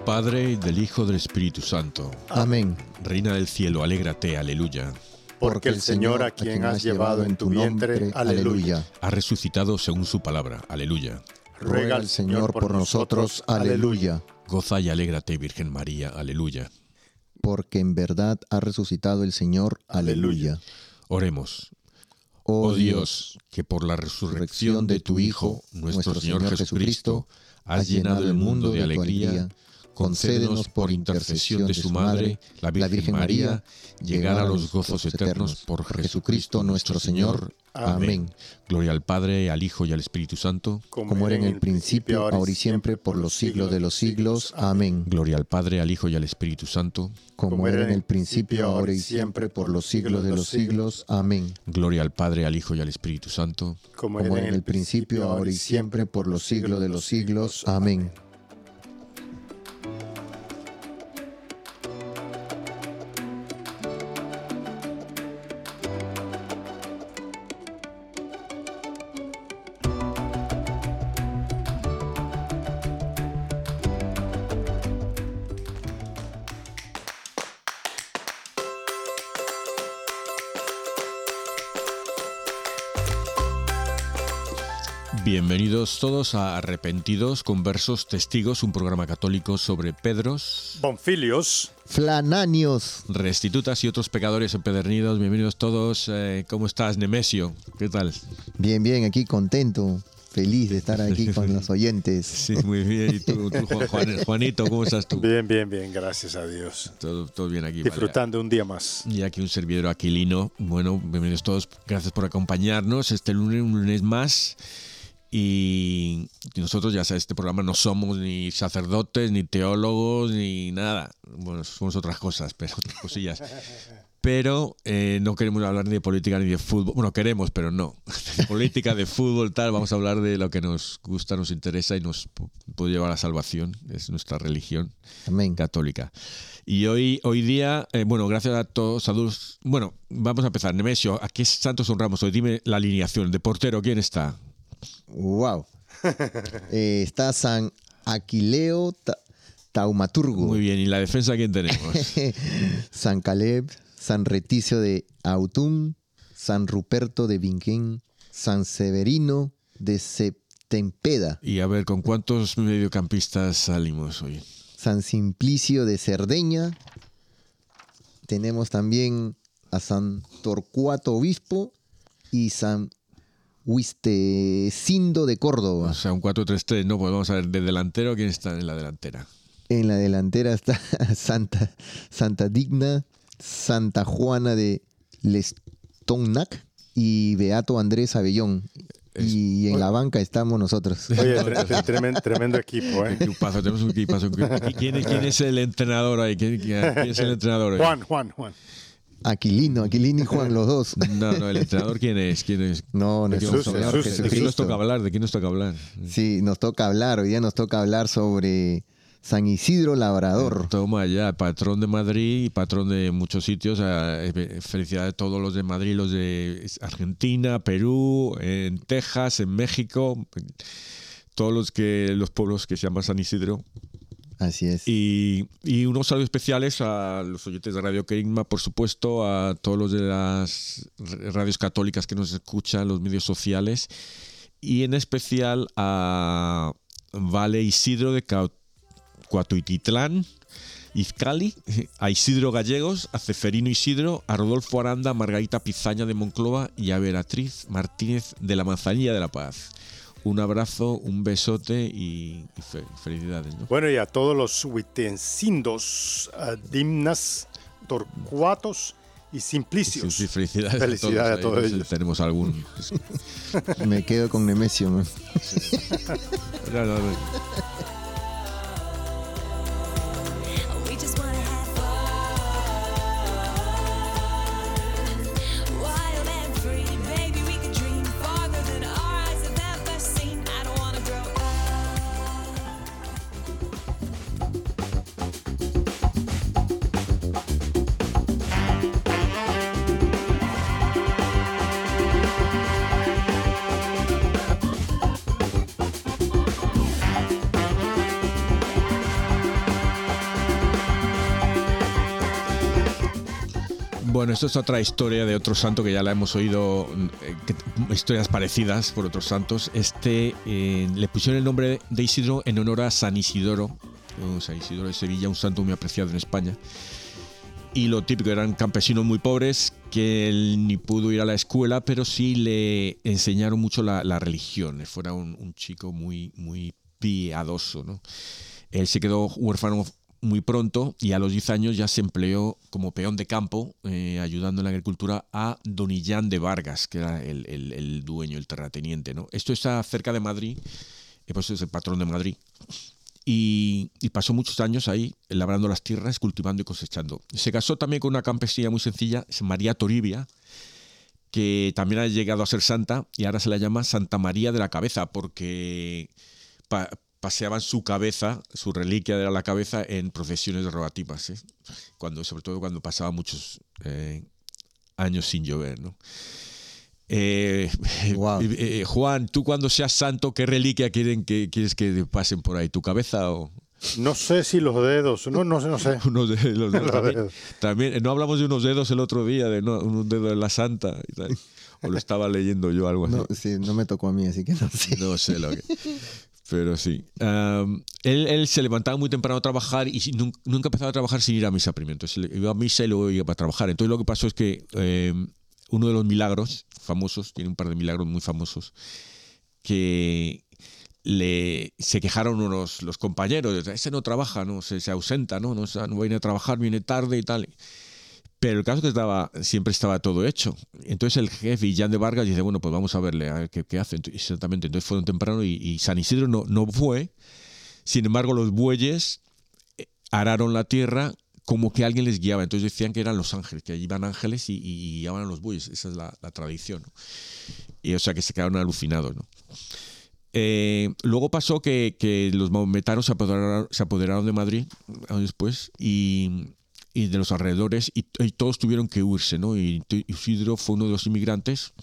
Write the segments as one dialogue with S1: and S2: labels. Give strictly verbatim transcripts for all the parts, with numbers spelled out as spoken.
S1: Padre, y del Hijo, y del Espíritu Santo.
S2: Amén.
S1: Reina del cielo, alégrate, aleluya.
S3: Porque el Señor, a quien has llevado en tu vientre, aleluya,
S1: ha resucitado según su palabra, aleluya.
S2: Ruega al Señor por nosotros, aleluya.
S1: Goza y alégrate, Virgen María, aleluya.
S2: Porque en verdad ha resucitado el Señor, aleluya.
S1: Oremos.
S2: Oh,
S1: Oh Dios, que por la resurrección de tu Hijo, nuestro Señor Jesucristo, has llenado el mundo de alegría, concédenos por intercesión de su Madre, la Virgen María, llegar a los gozos eternos por Jesucristo nuestro Señor. Amén. Gloria al Padre, al Hijo y al Espíritu Santo,
S2: como era en el principio, ahora y siempre, por los siglos de los siglos. Amén.
S1: Gloria al Padre, al Hijo y al Espíritu Santo,
S2: como era en el principio, ahora y siempre, por los siglos de los siglos. Amén.
S1: Gloria al Padre, al Hijo y al Espíritu Santo,
S2: como era en el principio, ahora y siempre, por los siglos de los siglos. Amén.
S1: Bienvenidos todos a Arrepentidos, Conversos, Testigos, un programa católico sobre Pedros,
S3: Bonfilios,
S2: Flananios,
S1: restitutas y otros pecadores empedernidos. Bienvenidos todos. Eh, ¿Cómo estás, Nemesio? ¿Qué tal?
S2: Bien, bien, aquí contento, feliz de estar aquí con los oyentes.
S1: Sí, muy bien. ¿Y tú, tú Juan, Juanito, cómo estás tú?
S3: Bien, bien, bien, gracias a Dios.
S1: Todo, todo bien aquí.
S3: Disfrutando
S1: vale.
S3: un día más.
S1: Y aquí un servidor Aquilino. Bueno, bienvenidos todos. Gracias por acompañarnos este lunes, un lunes más. Y nosotros, ya sabes, este programa no somos ni sacerdotes, ni teólogos, ni nada. Bueno, somos otras cosas, pero otras cosillas. Pero eh, no queremos hablar ni de política ni de fútbol. Bueno, queremos, pero no. De política, de fútbol, tal. Vamos a hablar de lo que nos gusta, nos interesa y nos puede llevar a la salvación. Es nuestra religión
S2: Amén.
S1: Católica. Y hoy, hoy día, eh, bueno, gracias a todos, a todos. Bueno, vamos a empezar. Nemesio, ¿a qué santos honramos hoy? Dime la alineación. De portero, ¿quién está?
S2: Wow. Eh, está San Aquileo Ta- Taumaturgo.
S1: Muy bien. ¿Y la defensa quién tenemos?
S2: San Caleb, San Reticio de Autun, San Ruperto de Vinquén, San Severino de Septempeda.
S1: Y a ver, ¿con cuántos mediocampistas salimos hoy?
S2: San Simplicio de Cerdeña. Tenemos también a San Torcuato Obispo y San Huistecindo de Córdoba.
S1: O sea, un cuatro tres tres, ¿no? Pues vamos a ver, ¿de delantero quién está en la delantera?
S2: En la delantera está Santa, Santa Digna, Santa Juana de Lestonnac y Beato Andrés Abellón. Es, y en oye, la banca estamos nosotros.
S3: Oye, tre- tremendo, tremendo equipo, ¿eh?
S1: Equipazo, tenemos un equipazo. ¿Quién, ¿Quién es el entrenador ahí? ¿Quién, quién es el entrenador ahí?
S3: Juan, Juan, Juan.
S2: Aquilino, Aquilino y Juan, los dos.
S1: No, no, el entrenador, ¿quién es? ¿Quién es?
S2: No,
S3: Jesús,
S2: Señor
S3: Jesús,
S2: Jesucristo.
S1: ¿De quién nos toca hablar? ¿De quién nos toca hablar?
S2: Sí, nos toca hablar. Hoy día nos toca hablar sobre San Isidro Labrador.
S1: Toma ya, patrón de Madrid y patrón de muchos sitios. Felicidades a todos los de Madrid, los de Argentina, Perú, en Texas, en México. Todos los, que, los pueblos que se llaman San Isidro.
S2: Así es.
S1: Y, y unos saludos especiales a los oyentes de Radio Querigma, por supuesto, a todos los de las radios católicas que nos escuchan, los medios sociales, y en especial a Vale Isidro de Coatuititlán, Izcali, a Isidro Gallegos, a Ceferino Isidro, a Rodolfo Aranda, a Margarita Pizaña de Monclova y a Beatriz Martínez de la Manzanilla de la Paz. Un abrazo, un besote y, y fe, felicidades, ¿no?
S3: Bueno, y a todos los huitencindos, uh, dimnas, torcuatos y simplicios.
S1: Sí, sí, felicidades,
S3: felicidades a todos, a todos ellos.
S1: Tenemos algún...
S2: Me quedo con Nemesio, man.
S1: Sí. No, no, no. Bueno, esto es otra historia de otro santo que ya la hemos oído, eh, que, historias parecidas por otros santos. Este eh, le pusieron el nombre de Isidro en honor a San Isidoro, o San Isidoro de Sevilla, un santo muy apreciado en España. Y lo típico, eran campesinos muy pobres que él ni pudo ir a la escuela, pero sí le enseñaron mucho la, la religión. Fuera un, un chico muy, muy piadoso, ¿no? Él se quedó huérfano muy pronto y a los diez años ya se empleó como peón de campo, eh, ayudando en la agricultura a Don Illán de Vargas, que era el, el, el dueño, el terrateniente, ¿no? Esto está cerca de Madrid, y pues es el patrón de Madrid. Y, y pasó muchos años ahí labrando las tierras, cultivando y cosechando. Se casó también con una campesina muy sencilla, María Toribia, que también ha llegado a ser santa y ahora se la llama Santa María de la Cabeza, porque pa, paseaban su cabeza, su reliquia era la cabeza, en procesiones rogativas, ¿eh? Cuando, sobre todo cuando pasaba muchos eh, años sin llover, ¿no? Eh,
S2: Wow.
S1: eh, Juan, tú cuando seas santo, ¿qué reliquia quieren que, quieres que pasen por ahí? ¿Tu cabeza o...?
S3: No sé si los dedos, no, no sé, no sé.
S1: Unos dedos, los dedos,
S3: Los
S1: también,
S3: dedos.
S1: también, no hablamos de unos dedos el otro día, de no, unos dedos de la santa y tal. O lo estaba leyendo yo, algo así.
S2: No, sí, no me tocó a mí, así que no sé.
S1: No sé lo que... Pero sí. Um, él, él se levantaba muy temprano a trabajar y nunca, nunca empezaba a trabajar sin ir a misa primero. Entonces iba a misa y luego iba a trabajar. Entonces lo que pasó es que eh, uno de los milagros famosos, tiene un par de milagros muy famosos, que le, se quejaron unos, los compañeros. Ese no trabaja, no se, se ausenta, ¿no? No, no viene a trabajar, viene tarde y tal. Pero el caso es que estaba, siempre estaba todo hecho. Entonces el jefe, Illán de Vargas, dice, bueno, pues vamos a verle, a ver qué, qué hace. Entonces, exactamente, entonces fueron temprano y, y San Isidro no, no fue. Sin embargo, los bueyes araron la tierra como que alguien les guiaba. Entonces decían que eran los ángeles, que allí iban ángeles y, y guiaban a los bueyes. Esa es la, la tradición, ¿no? Y o sea que se quedaron alucinados, ¿no? Eh, luego pasó que, que los maometanos se apoderaron, se apoderaron de Madrid después y... y de los alrededores, y, y todos tuvieron que huirse, ¿no? Y Isidro fue uno de los inmigrantes.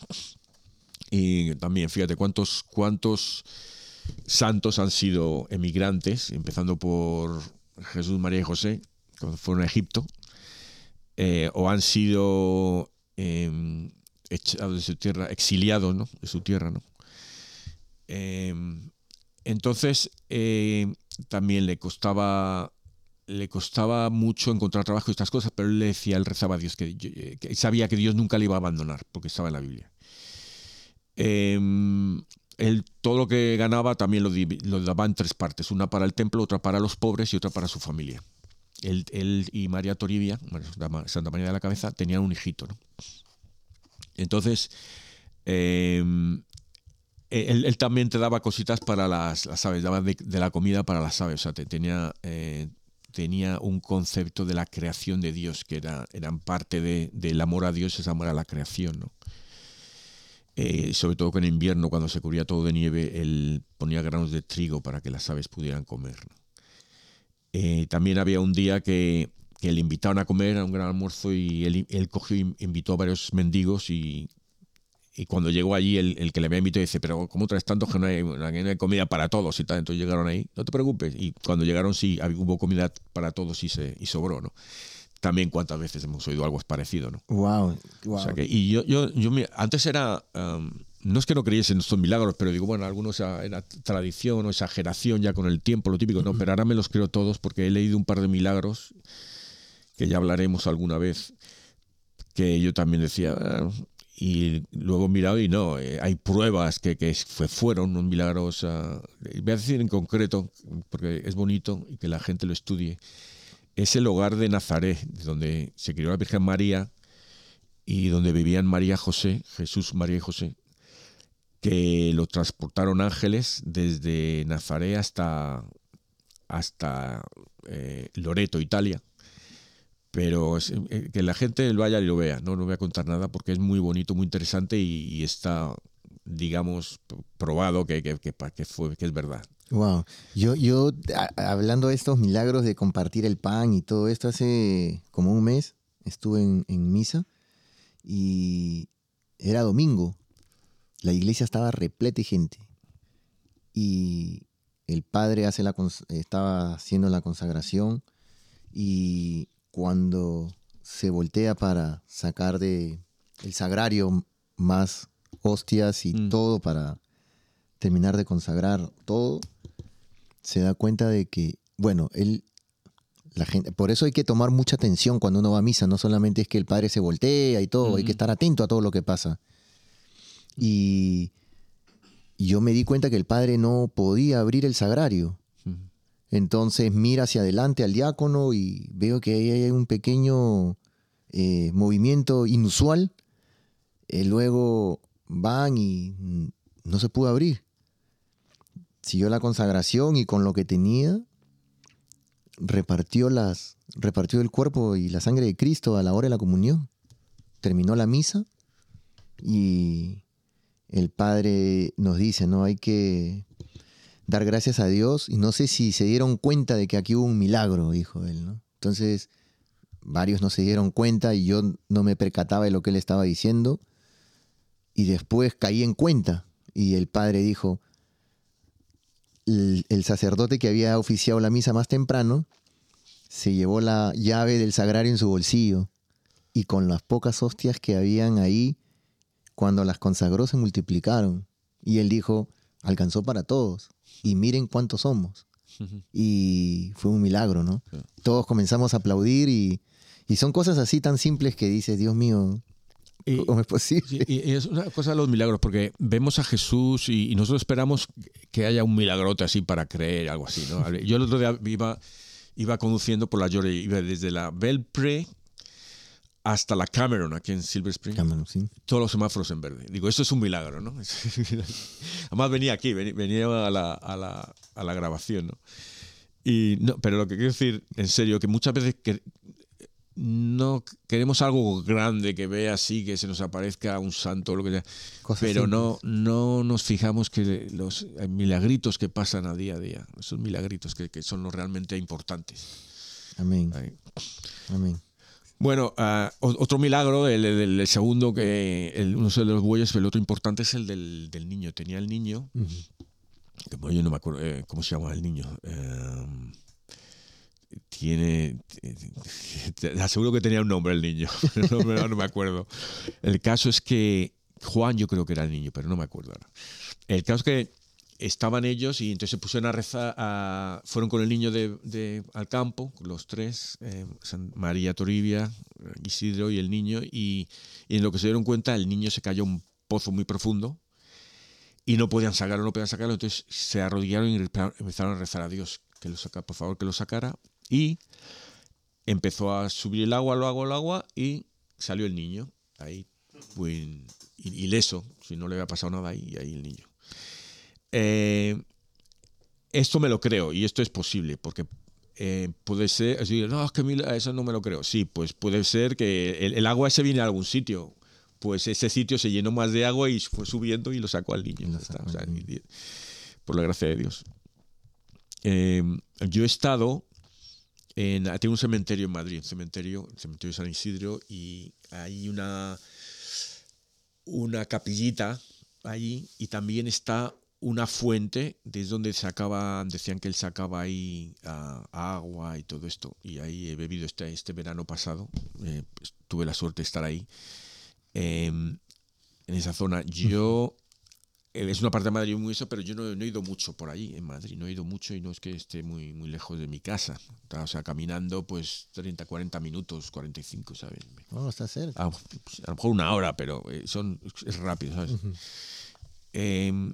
S1: Y también, fíjate, cuántos, cuántos santos han sido emigrantes, empezando por Jesús, María y José, cuando fueron a Egipto, eh, o han sido eh, echados de su tierra, exiliados, ¿no? De su tierra, ¿no? Eh, entonces, eh, también le costaba... le costaba mucho encontrar trabajo y estas cosas, pero él le decía, él rezaba a Dios, que, que sabía que Dios nunca le iba a abandonar, porque estaba en la Biblia. Eh, él todo lo que ganaba también lo, lo daba en tres partes, una para el templo, otra para los pobres y otra para su familia. Él, él y María Toribia, Santa María de la Cabeza, tenían un hijito, ¿no? Entonces, eh, él, él también te daba cositas para las, las aves, daba de, de la comida para las aves, o sea, te, tenía... Eh, tenía un concepto de la creación de Dios, que era, eran parte de, del amor a Dios, es amor a la creación, ¿no? Eh, sobre todo que en invierno, cuando se cubría todo de nieve, él ponía granos de trigo para que las aves pudieran comer, ¿no? Eh, también había un día que, que le invitaron a comer a un gran almuerzo y él, él cogió y invitó a varios mendigos y, y cuando llegó allí el, el que le había invitado dice, pero ¿cómo traes tanto que no hay, no hay comida para todos? Y tal. Entonces llegaron ahí, no te preocupes. Y cuando llegaron sí, hubo comida para todos y, se, y sobró, ¿no? También cuántas veces hemos oído algo parecido, ¿no?
S2: Wow, wow.
S1: O sea que, y yo, yo, yo antes era, um, no es que no creyese en estos milagros, pero digo, bueno, algunos era tradición o exageración ya con el tiempo, lo típico, ¿no? Pero ahora me los creo todos porque he leído un par de milagros que ya hablaremos alguna vez, que yo también decía... Ah, y luego he mirado y no, eh, hay pruebas que, que fue, fueron unos milagros. Uh, voy a decir en concreto, porque es bonito y que la gente lo estudie. Es el hogar de Nazaret, donde se crió la Virgen María y donde vivían María José, Jesús, María y José, que lo transportaron ángeles desde Nazaret hasta, hasta eh, Loreto, Italia. Pero es, eh, que la gente lo vaya y lo vea, no, no voy a contar nada porque es muy bonito, muy interesante y, y está, digamos, probado que, que, que, que, fue, que es verdad.
S2: Wow. Yo, yo a, hablando de estos milagros de compartir el pan y todo esto, hace como un mes estuve en, en misa y era domingo. La iglesia estaba repleta de gente y el padre hace la, estaba haciendo la consagración y cuando se voltea para sacar de el sagrario más hostias y mm. todo para terminar de consagrar todo, se da cuenta de que, bueno, él, la gente, por eso hay que tomar mucha atención cuando uno va a misa, no solamente es que el padre se voltea y todo, mm. hay que estar atento a todo lo que pasa. Y, y yo me di cuenta que el padre no podía abrir el sagrario. Mm. Entonces mira hacia adelante al diácono y veo que ahí hay un pequeño eh, movimiento inusual. Eh, luego van y no se pudo abrir. Siguió la consagración y con lo que tenía repartió, las, repartió el cuerpo y la sangre de Cristo a la hora de la comunión. Terminó la misa y el padre nos dice, ¿no? Hay que dar gracias a Dios. Y no sé si se dieron cuenta de que aquí hubo un milagro, dijo él, ¿no? Entonces, varios no se dieron cuenta y yo no me percataba de lo que él estaba diciendo. Y después caí en cuenta. Y el padre dijo, el, el sacerdote que había oficiado la misa más temprano se llevó la llave del sagrario en su bolsillo. Y con las pocas hostias que habían ahí, cuando las consagró se multiplicaron. Y él dijo, alcanzó para todos. Y miren cuántos somos. Uh-huh. Y fue un milagro, ¿no? Sí. Todos comenzamos a aplaudir y, y son cosas así tan simples que dices, Dios mío, ¿cómo
S1: y,
S2: es posible?
S1: Y, y es una cosa de los milagros, porque vemos a Jesús y, y nosotros esperamos que haya un milagrote así para creer, algo así, ¿no? Yo el otro día iba, iba conduciendo por la Georgia, iba desde la Belpre hasta la Cameron, aquí en Silver Spring.
S2: Cameron, sí.
S1: Todos los semáforos en verde. Digo, esto es un milagro, ¿no? Además venía aquí, venía a la, a la, a la grabación, ¿no? Y no, pero lo que quiero decir, en serio, que muchas veces que no queremos algo grande que vea así, que se nos aparezca un santo o lo que sea, cosas pero no, no nos fijamos que los milagritos que pasan a día a día, esos milagritos que, que son los realmente importantes.
S2: Amén. Ahí. Amén.
S1: Bueno, uh, otro milagro, el, el, el segundo, que el, uno de los bueyes, pero el otro importante es el del, del niño. Tenía el niño, uh-huh. que, bueno, yo no me acuerdo eh, cómo se llama el niño. Eh, tiene, te aseguro que tenía un nombre el niño, no, no, no me acuerdo. El caso es que Juan, yo creo que era el niño, pero no me acuerdo ahora. El caso es que estaban ellos y entonces se pusieron a rezar, a, fueron con el niño de, de, al campo, los tres, eh, San María Toribia, Isidro y el niño, y, y en lo que se dieron cuenta el niño se cayó a un pozo muy profundo y no podían sacarlo, no podían sacarlo, entonces se arrodillaron y empezaron a rezar a Dios, que lo sacara, por favor que lo sacara, y empezó a subir el agua, el agua, el agua, y salió el niño, ahí, pues, ileso, si no le había pasado nada ahí, y ahí el niño. Eh, esto me lo creo y esto es posible porque eh, puede ser, así, no, es que eso no me lo creo. Sí, pues puede ser que el, el agua ese viene a algún sitio, pues ese sitio se llenó más de agua y fue subiendo y lo sacó al niño. No está, o sea, por la gracia de Dios. Eh, yo he estado en, tengo un cementerio en Madrid, un cementerio, el cementerio de San Isidro, y hay una una capillita allí y también está una fuente desde donde sacaba, decían que él sacaba ahí uh, agua y todo esto, y ahí he bebido este, este verano pasado, eh, pues, tuve la suerte de estar ahí eh, en esa zona. Yo eh, es una parte de Madrid muy eso, pero yo no, no he ido mucho por allí en Madrid, no he ido mucho y no es que esté muy, muy lejos de mi casa, o sea, caminando pues treinta, cuarenta minutos, cuarenta y cinco, ¿sabes?
S2: Oh, está cerca.
S1: A, a lo mejor una hora, pero eh, son, es rápido, ¿sabes? Uh-huh. eh,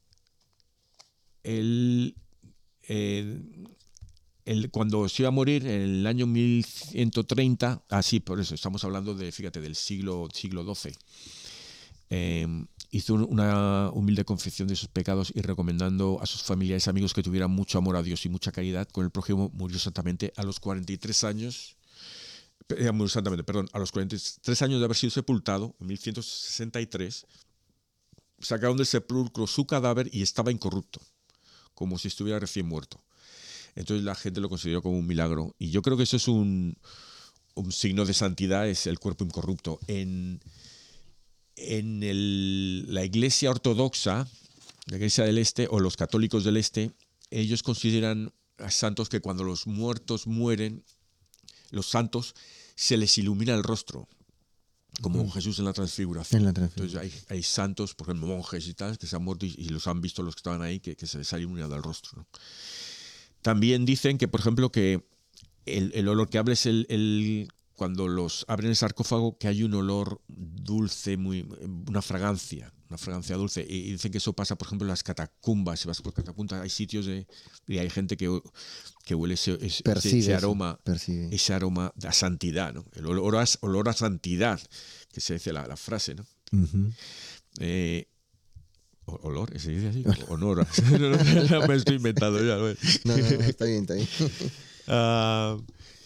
S1: Él, eh, él, cuando se iba a morir en el año mil ciento treinta, ah sí, por eso estamos hablando de, fíjate, del siglo, siglo doce, eh, hizo una humilde confesión de sus pecados y recomendando a sus familiares y amigos que tuvieran mucho amor a Dios y mucha caridad con el prójimo, murió santamente a los cuarenta y tres años, eh, murió santamente, perdón, a los cuarenta y tres años de haber sido sepultado, en mil ciento sesenta y tres, sacaron del sepulcro su cadáver y estaba incorrupto, como si estuviera recién muerto. Entonces la gente lo consideró como un milagro. Y yo creo que eso es un, un signo de santidad, es el cuerpo incorrupto. En, en el, la Iglesia Ortodoxa, la Iglesia del Este, o los católicos del Este, ellos consideran a santos que cuando los muertos mueren, los santos se les ilumina el rostro, como
S2: Mm.
S1: Jesús en la transfiguración.
S2: En la transfiguración.
S1: Entonces hay, hay santos, por ejemplo, monjes y tal, que se han muerto y, y los han visto los que estaban ahí, que, que se les ha iluminado el rostro, ¿no? También dicen que, por ejemplo, que el, el olor que habla es el, el cuando los abren el sarcófago, que hay un olor dulce, muy, una fragancia, una fragancia dulce. Y dicen que eso pasa, por ejemplo, en las catacumbas. Si vas por catacumbas, hay sitios de, y hay gente que, que huele ese, ese,
S2: Percibe
S1: ese
S2: eso,
S1: aroma,
S2: percibe.
S1: ese aroma a santidad, ¿no? El olor a, olor a santidad, que se dice la, la frase, ¿no?
S2: Ujú.
S1: Eh, ¿Olor? ¿Se dice así? Honor. No, no, no, me estoy inventando ya. ¿No?
S2: No, no, no, está bien, está bien.
S1: Uh,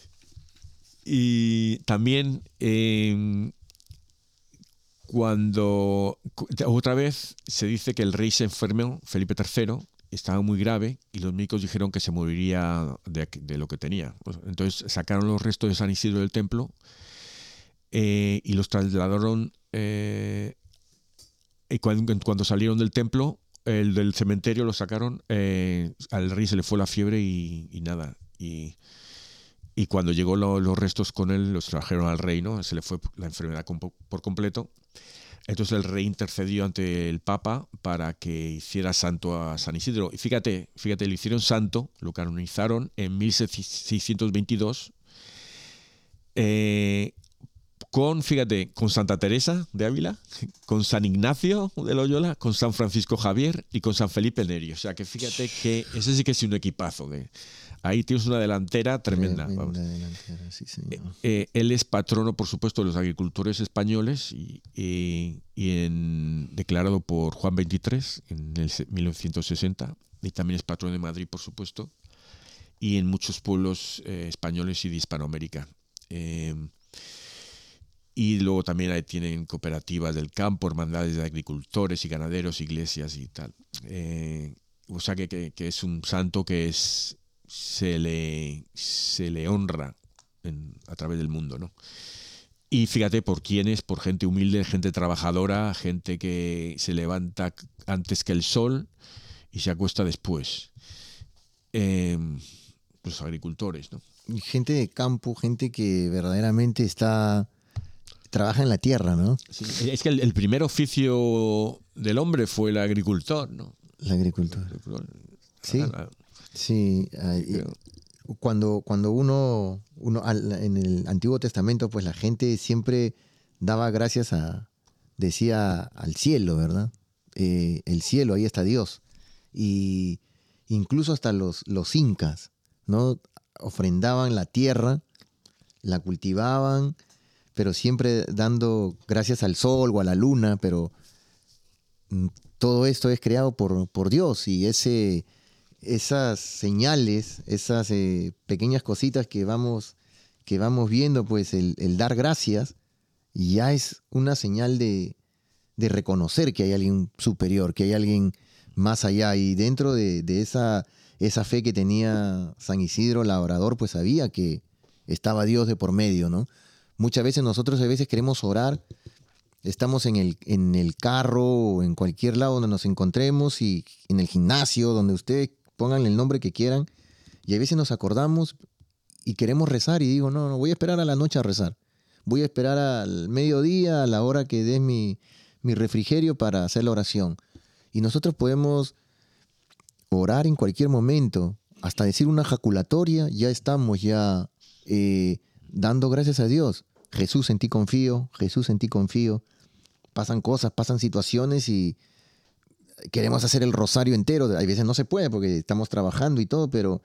S1: y también eh, cuando otra vez se dice que el rey se enfermó, Felipe tercero, estaba muy grave y los médicos dijeron que se moriría de, de lo que tenía. Entonces sacaron los restos de San Isidro del templo eh, y los trasladaron eh, y cuando, cuando salieron del templo, el del cementerio lo sacaron, eh, al rey se le fue la fiebre y, y nada. Y, y cuando llegó lo, los restos con él, los trajeron al rey, ¿no? Se le fue la enfermedad com, por completo. Entonces el rey intercedió ante el Papa para que hiciera santo a San Isidro. Y fíjate, fíjate, lo hicieron santo, lo canonizaron en mil seiscientos veintidós. Eh, con, fíjate, con Santa Teresa de Ávila, con San Ignacio de Loyola, con San Francisco Javier y con San Felipe Neri. O sea que fíjate que ese sí que es un equipazo. De, ahí tienes una delantera tremenda.
S2: Tremenda delantera, sí, señor.
S1: Eh, eh, él es patrono, por supuesto, de los agricultores españoles y, y, y en, declarado por Juan veintitrés en el mil novecientos sesenta. Y también es patrono de Madrid, por supuesto, y en muchos pueblos eh, españoles y de Hispanoamérica. Eh, Y luego también ahí tienen cooperativas del campo, hermandades de agricultores y ganaderos, iglesias y tal. Eh, o sea que, que, que es un santo que es, se, le, se le honra en, a través del mundo, ¿no? Y fíjate por quiénes, por gente humilde, gente trabajadora, gente que se levanta antes que el sol y se acuesta después. Eh, los agricultores, ¿no?
S2: Gente de campo, gente que verdaderamente está... trabaja en la tierra, ¿no?
S1: Sí, es que el, el primer oficio del hombre fue el agricultor, ¿no?
S2: La agricultura.
S1: El agricultor.
S2: Sí,
S1: Ah, ah,
S2: sí. eh, cuando, cuando uno, uno al- en el Antiguo Testamento, pues la gente siempre daba gracias a, decía al cielo, ¿verdad? Eh, el cielo, ahí está Dios. Y incluso hasta los, los incas, ¿no? Ofrendaban la tierra, la cultivaban, pero siempre dando gracias al sol o a la luna, pero mm, todo esto es creado por, por Dios y ese, esas señales, esas eh, pequeñas cositas que vamos, que vamos viendo, pues el, el dar gracias ya es una señal de, de reconocer que hay alguien superior, que hay alguien más allá. Y dentro de, de esa, esa fe que tenía San Isidro Labrador, pues sabía que estaba Dios de por medio, ¿no? Muchas veces nosotros a veces queremos orar, estamos en el, en el carro o en cualquier lado donde nos encontremos y en el gimnasio, donde ustedes pongan el nombre que quieran, y a veces nos acordamos y queremos rezar y digo, no, no, voy a esperar a la noche a rezar. Voy a esperar al mediodía, a la hora que des mi, mi refrigerio para hacer la oración. Y nosotros podemos orar en cualquier momento, hasta decir una jaculatoria, ya estamos ya... Eh, dando gracias a Dios. Jesús, en ti confío, Jesús, en ti confío. Pasan cosas, pasan situaciones y queremos hacer el rosario entero. A veces no se puede porque estamos trabajando y todo, pero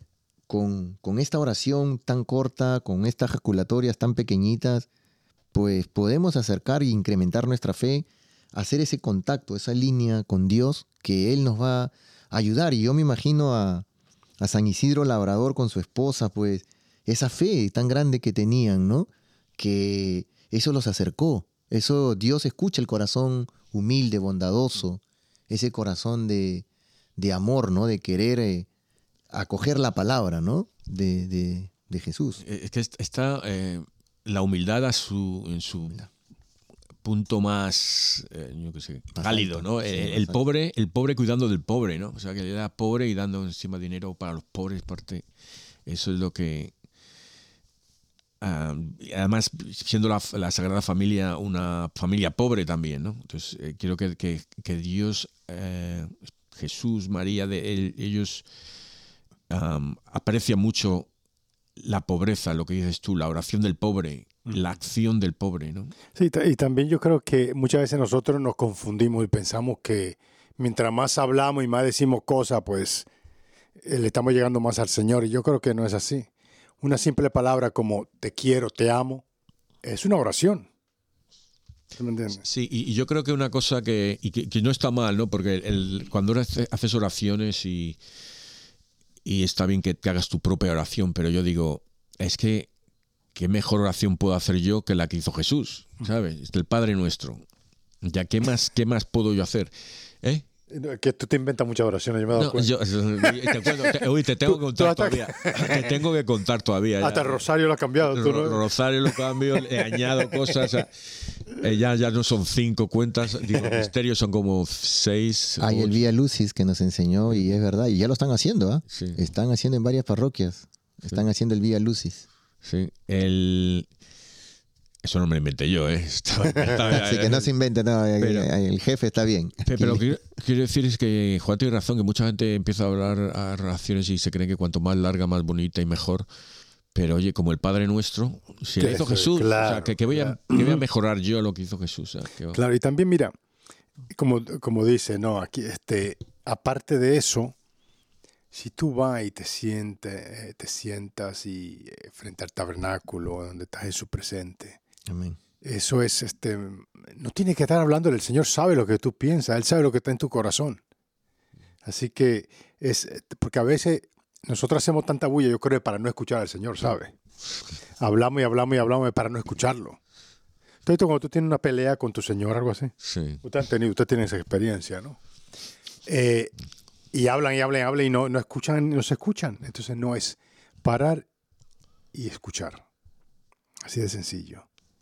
S2: con, con esta oración tan corta, con estas jaculatorias tan pequeñitas, pues podemos acercar e incrementar nuestra fe, hacer ese contacto, esa línea con Dios, que Él nos va a ayudar. Y yo me imagino a, a San Isidro Labrador con su esposa, pues, esa fe tan grande que tenían, ¿no? Que eso los acercó. Eso, Dios escucha el corazón humilde, bondadoso, ese corazón de, de amor, ¿no? De querer eh, acoger la palabra, ¿no? De, de, de Jesús.
S1: Es que está eh, la humildad a su, en su punto más, eh, yo qué sé,
S2: Más
S1: cálido,
S2: alto,
S1: ¿no?
S2: sí,
S1: el,
S2: más
S1: el
S2: alto.
S1: pobre, el pobre cuidando del pobre, ¿no? O sea, que le da pobre y dando encima dinero para los pobres, parte. Eso es lo que Uh, además, siendo la, la Sagrada Familia una familia pobre también, ¿no? Entonces, eh, creo que, que, que Dios, eh, Jesús, María, de él, ellos um, aprecian mucho la pobreza, lo que dices tú, la oración del pobre, mm. la acción del pobre, ¿no?
S3: Sí, y también yo creo que muchas veces nosotros nos confundimos y pensamos que mientras más hablamos y más decimos cosas, pues eh, le estamos llegando más al Señor. Y yo creo que no es así. Una simple palabra como te quiero, te amo, es una oración. ¿Sí me entiendes?
S1: Sí, y, y yo creo que una cosa que, y que, que no está mal, ¿no? Porque el, cuando haces oraciones y, y está bien que, que hagas tu propia oración, pero yo digo, es que qué mejor oración puedo hacer yo que la que hizo Jesús, ¿sabes? El Padre Nuestro. Ya, ¿qué más, qué más puedo yo hacer? ¿Eh?
S3: Que tú te inventas muchas oraciones, yo me he dado
S1: no,
S3: cuenta.
S1: Yo, te, te, te, uy, te tengo que contar todavía. Te tengo que contar todavía.
S3: Hasta el rosario lo has cambiado. ¿Tú no?
S1: Rosario lo cambio, le añado cosas. Eh, ya, ya no son cinco cuentas. Digo, misterios son como seis.
S2: Hay el Vía Lucis que nos enseñó y es verdad. Y ya lo están haciendo, ¿ah? ¿eh? Sí. Están haciendo en varias parroquias. Están sí. haciendo el Vía Lucis.
S1: Sí. El... Eso no me lo inventé yo, ¿eh? Estaba, estaba,
S2: Así que no se invente, no, pero, el jefe está bien.
S1: Pero lo que quiero, quiero decir es que Juan tiene razón, que mucha gente empieza a hablar a relaciones y se cree que cuanto más larga, más bonita y mejor. Pero oye, como el Padre Nuestro, si lo hizo Jesús, claro, o sea, que, que, voy a, claro. que voy a mejorar yo lo que hizo Jesús. O sea, que
S3: claro, y también mira, como, como dice, no, aquí, este, aparte de eso, si tú vas y te sientes, te sientas y eh, frente al tabernáculo donde está Jesús presente,
S2: amén.
S3: Eso es, este, no tiene que estar hablando, el Señor sabe lo que tú piensas, Él sabe lo que está en tu corazón. Así que es, porque a veces nosotros hacemos tanta bulla, yo creo, para no escuchar al Señor, ¿sabes? Hablamos y hablamos y hablamos para no escucharlo. Entonces, cuando tú tienes una pelea con tu Señor, algo así,
S1: sí.
S3: usted, han tenido, usted tiene esa experiencia, ¿no? Eh, y hablan y hablan y hablan y no, no escuchan, no se escuchan. Entonces no es parar y escuchar. Así de sencillo.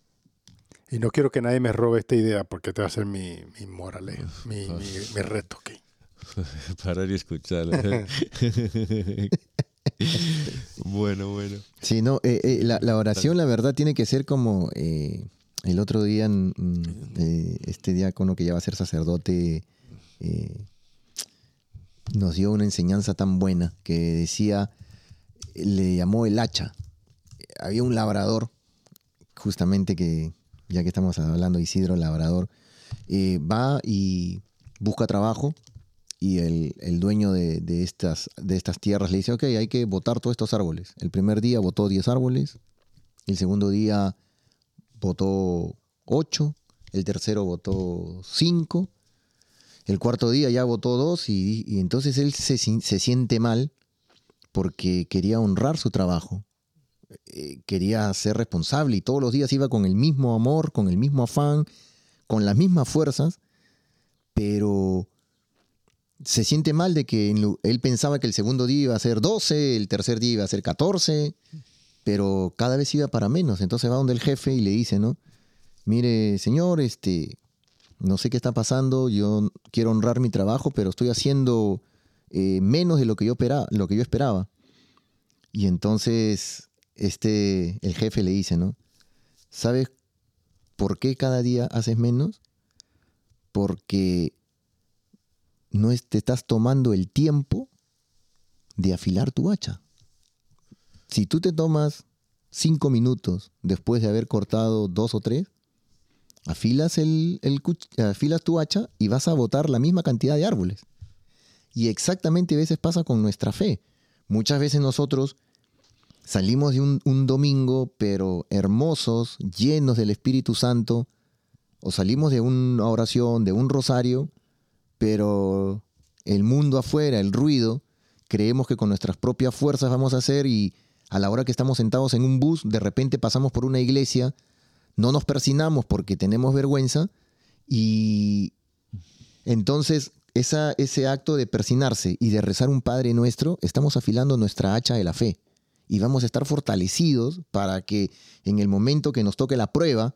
S3: Y no quiero que nadie me robe esta idea porque te va a ser mi, mi moral, mi, mi, mi reto aquí.
S1: Parar y escuchar. Bueno, bueno.
S2: Sí, no, eh, eh, la, la oración, la verdad, tiene que ser como eh, el otro día, eh, este diácono que ya va a ser sacerdote, eh, nos dio una enseñanza tan buena que decía, le llamó el hacha. Había un labrador, justamente que, ya que estamos hablando de Isidro, labrador, eh, va y busca trabajo y el, el dueño de, de, estas, de estas tierras le dice, ok, hay que botar todos estos árboles. El primer día botó diez árboles, el segundo día botó ocho, el tercero botó cinco, el cuarto día ya botó dos y, y entonces él se, se siente mal porque quería honrar su trabajo. Eh, quería ser responsable y todos los días iba con el mismo amor, con el mismo afán, con las mismas fuerzas, pero se siente mal de que él pensaba que el segundo día iba a ser doce, el tercer día iba a ser catorce, pero cada vez iba para menos. Entonces va donde el jefe y le dice, ¿no? Mire, señor, este, no sé qué está pasando, yo quiero honrar mi trabajo, pero estoy haciendo eh, menos de lo que yo esperaba, lo que yo esperaba. Y entonces este, el jefe le dice, ¿no? ¿Sabes por qué cada día haces menos? Porque no es, te estás tomando el tiempo de afilar tu hacha. Si tú te tomas cinco minutos después de haber cortado dos o tres, afilas, el, el, afilas tu hacha y vas a botar la misma cantidad de árboles. Y exactamente a veces pasa con nuestra fe. Muchas veces nosotros salimos de un, un domingo, pero hermosos, llenos del Espíritu Santo, o salimos de una oración, de un rosario, pero el mundo afuera, el ruido, creemos que con nuestras propias fuerzas vamos a hacer y a la hora que estamos sentados en un bus, de repente pasamos por una iglesia, no nos persinamos porque tenemos vergüenza y entonces esa, ese acto de persinarse y de rezar un Padre Nuestro, estamos afilando nuestra hacha de la fe y vamos a estar fortalecidos para que en el momento que nos toque la prueba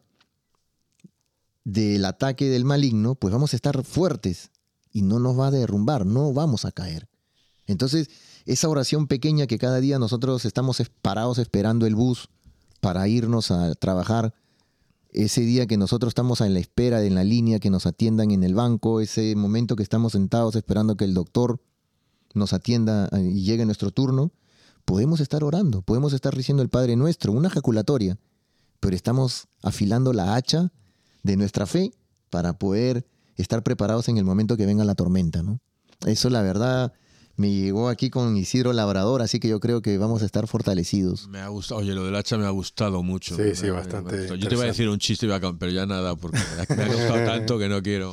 S2: del ataque del maligno, pues vamos a estar fuertes y no nos va a derrumbar, no vamos a caer. Entonces, esa oración pequeña que cada día nosotros estamos parados esperando el bus para irnos a trabajar, ese día que nosotros estamos en la espera, en la línea, que nos atiendan en el banco, ese momento que estamos sentados esperando que el doctor nos atienda y llegue nuestro turno, podemos estar orando, podemos estar diciendo el Padre Nuestro, una ejaculatoria, pero estamos afilando la hacha de nuestra fe para poder estar preparados en el momento que venga la tormenta, ¿no? Eso, la verdad, me llegó aquí con Isidro Labrador, así que yo creo que vamos a estar fortalecidos.
S1: Me ha gustado, oye, lo del hacha me ha gustado mucho.
S3: Sí,
S1: me,
S3: sí,
S1: me,
S3: bastante.
S1: Me yo te iba a decir un chiste, pero ya nada, porque me ha gustado tanto que no quiero.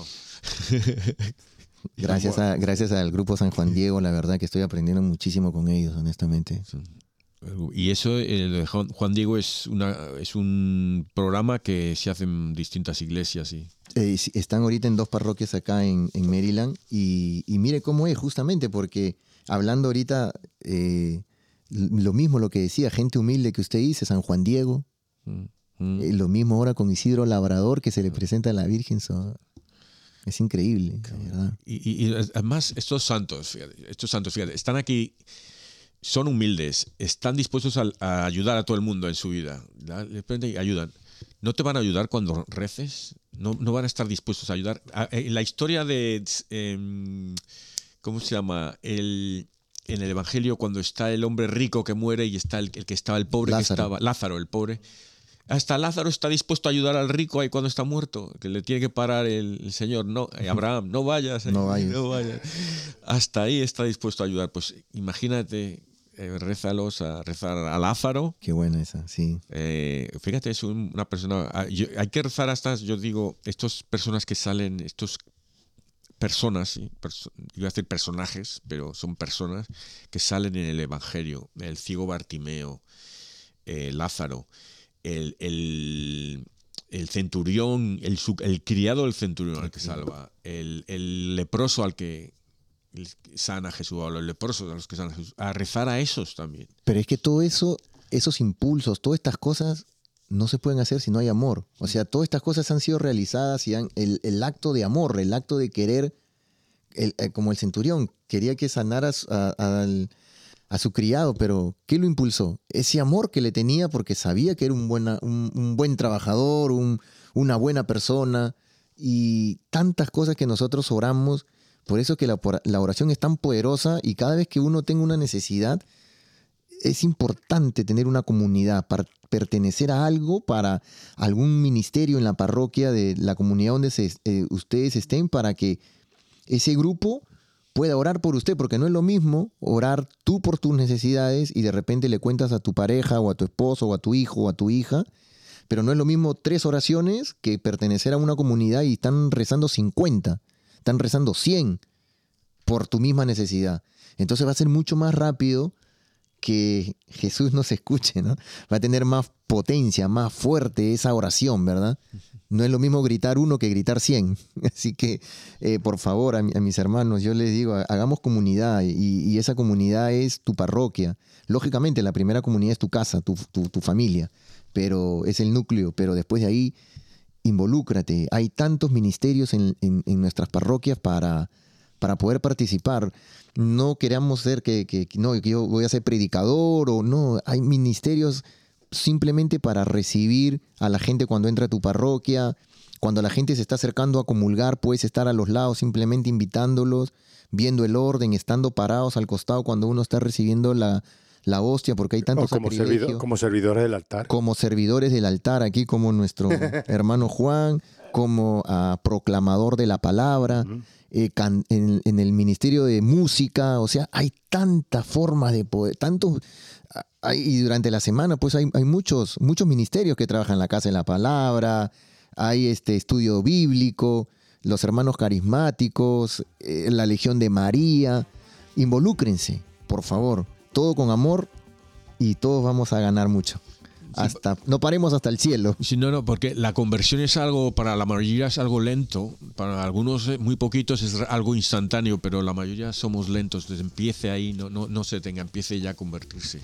S2: Gracias, a, gracias al Grupo San Juan Diego, la verdad que estoy aprendiendo muchísimo con ellos, honestamente.
S1: Sí. Y eso, el de Juan Diego, es, una, es un programa que se hace en distintas iglesias. ¿Sí?
S2: Eh, están ahorita en dos parroquias acá en, en Maryland y, y mire cómo es, justamente porque hablando ahorita, eh, lo mismo lo que decía, gente humilde que usted dice, San Juan Diego, mm. Mm. Eh, lo mismo ahora con Isidro Labrador que se le presenta a la Virgen. So, es increíble, ¿verdad?
S1: Y, y, y además estos santos, fíjate, estos santos, fíjate, están aquí. Son humildes, están dispuestos a, a ayudar a todo el mundo en su vida. Y ayudan. ¿No te van a ayudar cuando reces? ¿No, no van a estar dispuestos a ayudar? En la historia de... Eh, ¿Cómo se llama? El, en el Evangelio, cuando está el hombre rico que muere y está el, el que estaba el pobre
S2: Lázaro.
S1: que estaba... Lázaro, el pobre. Hasta Lázaro está dispuesto a ayudar al rico ahí cuando está muerto, que le tiene que parar el, el Señor. No, eh, Abraham, no vayas, eh,
S2: no vayas.
S1: No vayas. Hasta ahí está dispuesto a ayudar. Pues imagínate... Eh, rézalos a rezar a Lázaro.
S2: Qué buena esa, sí.
S1: Eh, fíjate, es un, una persona... Yo, hay que rezar a estas, yo digo, estas personas que salen, estos personas, ¿sí? Perso, iba a decir personajes, pero son personas que salen en el Evangelio. El ciego Bartimeo, eh, Lázaro, el, el, el centurión, el, el criado del centurión al que salva, el, el leproso al que... sana a Jesús, a los leprosos, a los que sanan a Jesús, a rezar a esos también.
S2: Pero es que todo eso, esos impulsos, todas estas cosas no se pueden hacer si no hay amor. O sea, todas estas cosas han sido realizadas y han, el, el acto de amor, el acto de querer, el, el, como el centurión, quería que sanara a, a, a su criado, pero ¿qué lo impulsó? Ese amor que le tenía porque sabía que era un, buena, un, un buen trabajador, un, una buena persona y tantas cosas que nosotros oramos. Por eso que la, la oración es tan poderosa y cada vez que uno tenga una necesidad, es importante tener una comunidad, para pertenecer a algo, para algún ministerio en la parroquia de la comunidad donde se, eh, ustedes estén, para que ese grupo pueda orar por usted, porque no es lo mismo orar tú por tus necesidades y de repente le cuentas a tu pareja o a tu esposo o a tu hijo o a tu hija, pero no es lo mismo tres oraciones que pertenecer a una comunidad y están rezando cincuenta. Están rezando cien por tu misma necesidad. Entonces va a ser mucho más rápido que Jesús nos escuche, ¿no? Va a tener más potencia, más fuerte esa oración, ¿verdad? No es lo mismo gritar uno que gritar cien. Así que, eh, por favor, a, mi, a mis hermanos, yo les digo, hagamos comunidad y, y esa comunidad es tu parroquia. Lógicamente, la primera comunidad es tu casa, tu, tu, tu familia, pero es el núcleo, pero después de ahí involúcrate. Hay tantos ministerios en, en, en nuestras parroquias para, para poder participar. No queramos ser que, que, no, que yo voy a ser predicador o no. Hay ministerios simplemente para recibir a la gente cuando entra a tu parroquia. Cuando la gente se está acercando a comulgar, puedes estar a los lados simplemente invitándolos, viendo el orden, estando parados al costado cuando uno está recibiendo la la hostia, porque hay tantos
S3: como, servidor, como servidores del altar.
S2: Como servidores del altar, aquí como nuestro hermano Juan, como uh, proclamador de la palabra, uh-huh. eh, can, en, en el ministerio de música, o sea, hay tantas formas de poder, tantos, hay, y durante la semana pues hay, hay muchos, muchos ministerios que trabajan en la Casa de la Palabra, hay este estudio bíblico, los hermanos carismáticos, eh, la Legión de María. Involúcrense, por favor. Todo con amor y todos vamos a ganar mucho. Hasta, sí, no paremos hasta el cielo.
S1: Sí, no, no, porque la conversión es algo, para la mayoría es algo lento, para algunos, muy poquitos, es algo instantáneo, pero la mayoría somos lentos. Entonces empiece ahí, no, no, no se tenga, empiece ya a convertirse.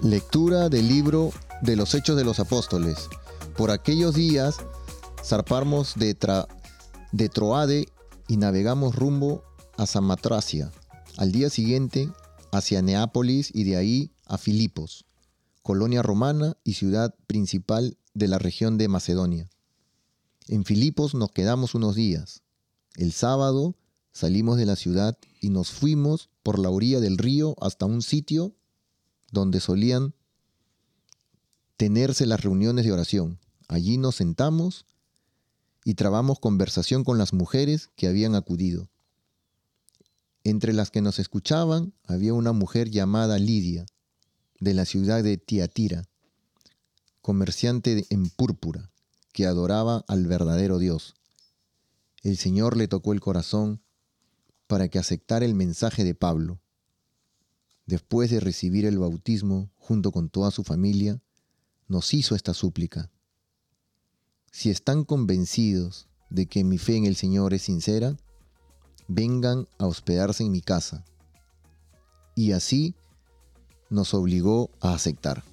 S2: Lectura del libro de los Hechos de los Apóstoles. Por aquellos días zarpamos de, Tra- de Troade y navegamos rumbo a Samotracia. Al día siguiente hacia Neápolis y de ahí a Filipos, colonia romana y ciudad principal de la región de Macedonia. En Filipos nos quedamos unos días. El sábado salimos de la ciudad y nos fuimos por la orilla del río hasta un sitio donde solían tenerse las reuniones de oración. Allí nos sentamos y trabamos conversación con las mujeres que habían acudido. Entre las que nos escuchaban había una mujer llamada Lidia, de la ciudad de Tiatira, comerciante en púrpura, que adoraba al verdadero Dios. El Señor le tocó el corazón para que aceptara el mensaje de Pablo. Después de recibir el bautismo junto con toda su familia, nos hizo esta súplica: si están convencidos de que mi fe en el Señor es sincera, vengan a hospedarse en mi casa. Y así nos obligó a aceptar.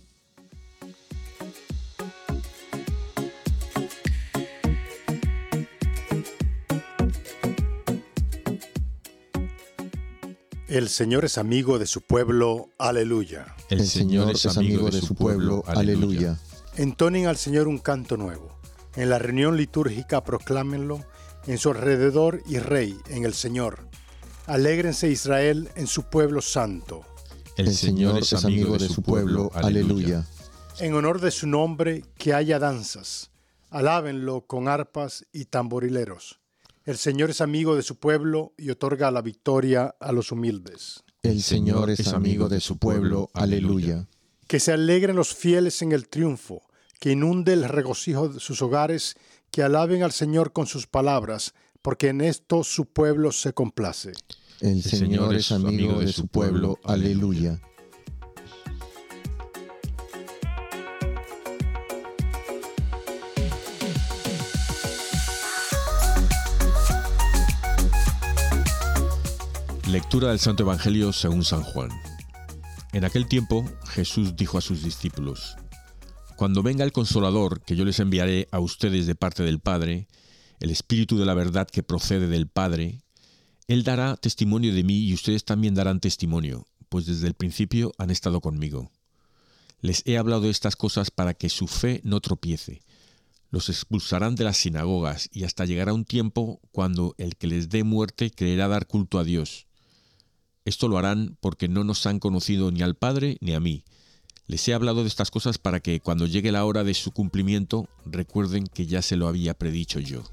S3: El Señor es amigo de su pueblo, aleluya.
S1: El,
S2: El Señor es amigo de su pueblo, aleluya.
S3: Entonen al Señor un canto nuevo. En la reunión litúrgica proclámenlo, en su alrededor y rey, en el Señor. Alégrense Israel en su pueblo santo.
S2: El Señor es amigo de su pueblo, aleluya.
S3: En honor de su nombre, que haya danzas. Alábenlo con arpas y tamborileros. El Señor es amigo de su pueblo y otorga la victoria a los humildes.
S2: El Señor es amigo de su pueblo, aleluya.
S3: Que se alegren los fieles en el triunfo, que inunde el regocijo de sus hogares, que alaben al Señor con sus palabras, porque en esto su pueblo se complace.
S2: El Señor es amigo de su pueblo, aleluya.
S1: Lectura del Santo Evangelio según San Juan. En aquel tiempo Jesús dijo a sus discípulos: Cuando venga el Consolador, que yo les enviaré a ustedes de parte del Padre, el Espíritu de la verdad que procede del Padre, Él dará testimonio de mí y ustedes también darán testimonio, pues desde el principio han estado conmigo. Les he hablado de estas cosas para que su fe no tropiece. Los expulsarán de las sinagogas y hasta llegará un tiempo cuando el que les dé muerte creerá dar culto a Dios. Esto lo harán porque no nos han conocido ni al Padre ni a mí. Les he hablado de estas cosas para que cuando llegue la hora de su cumplimiento recuerden que ya se lo había predicho yo.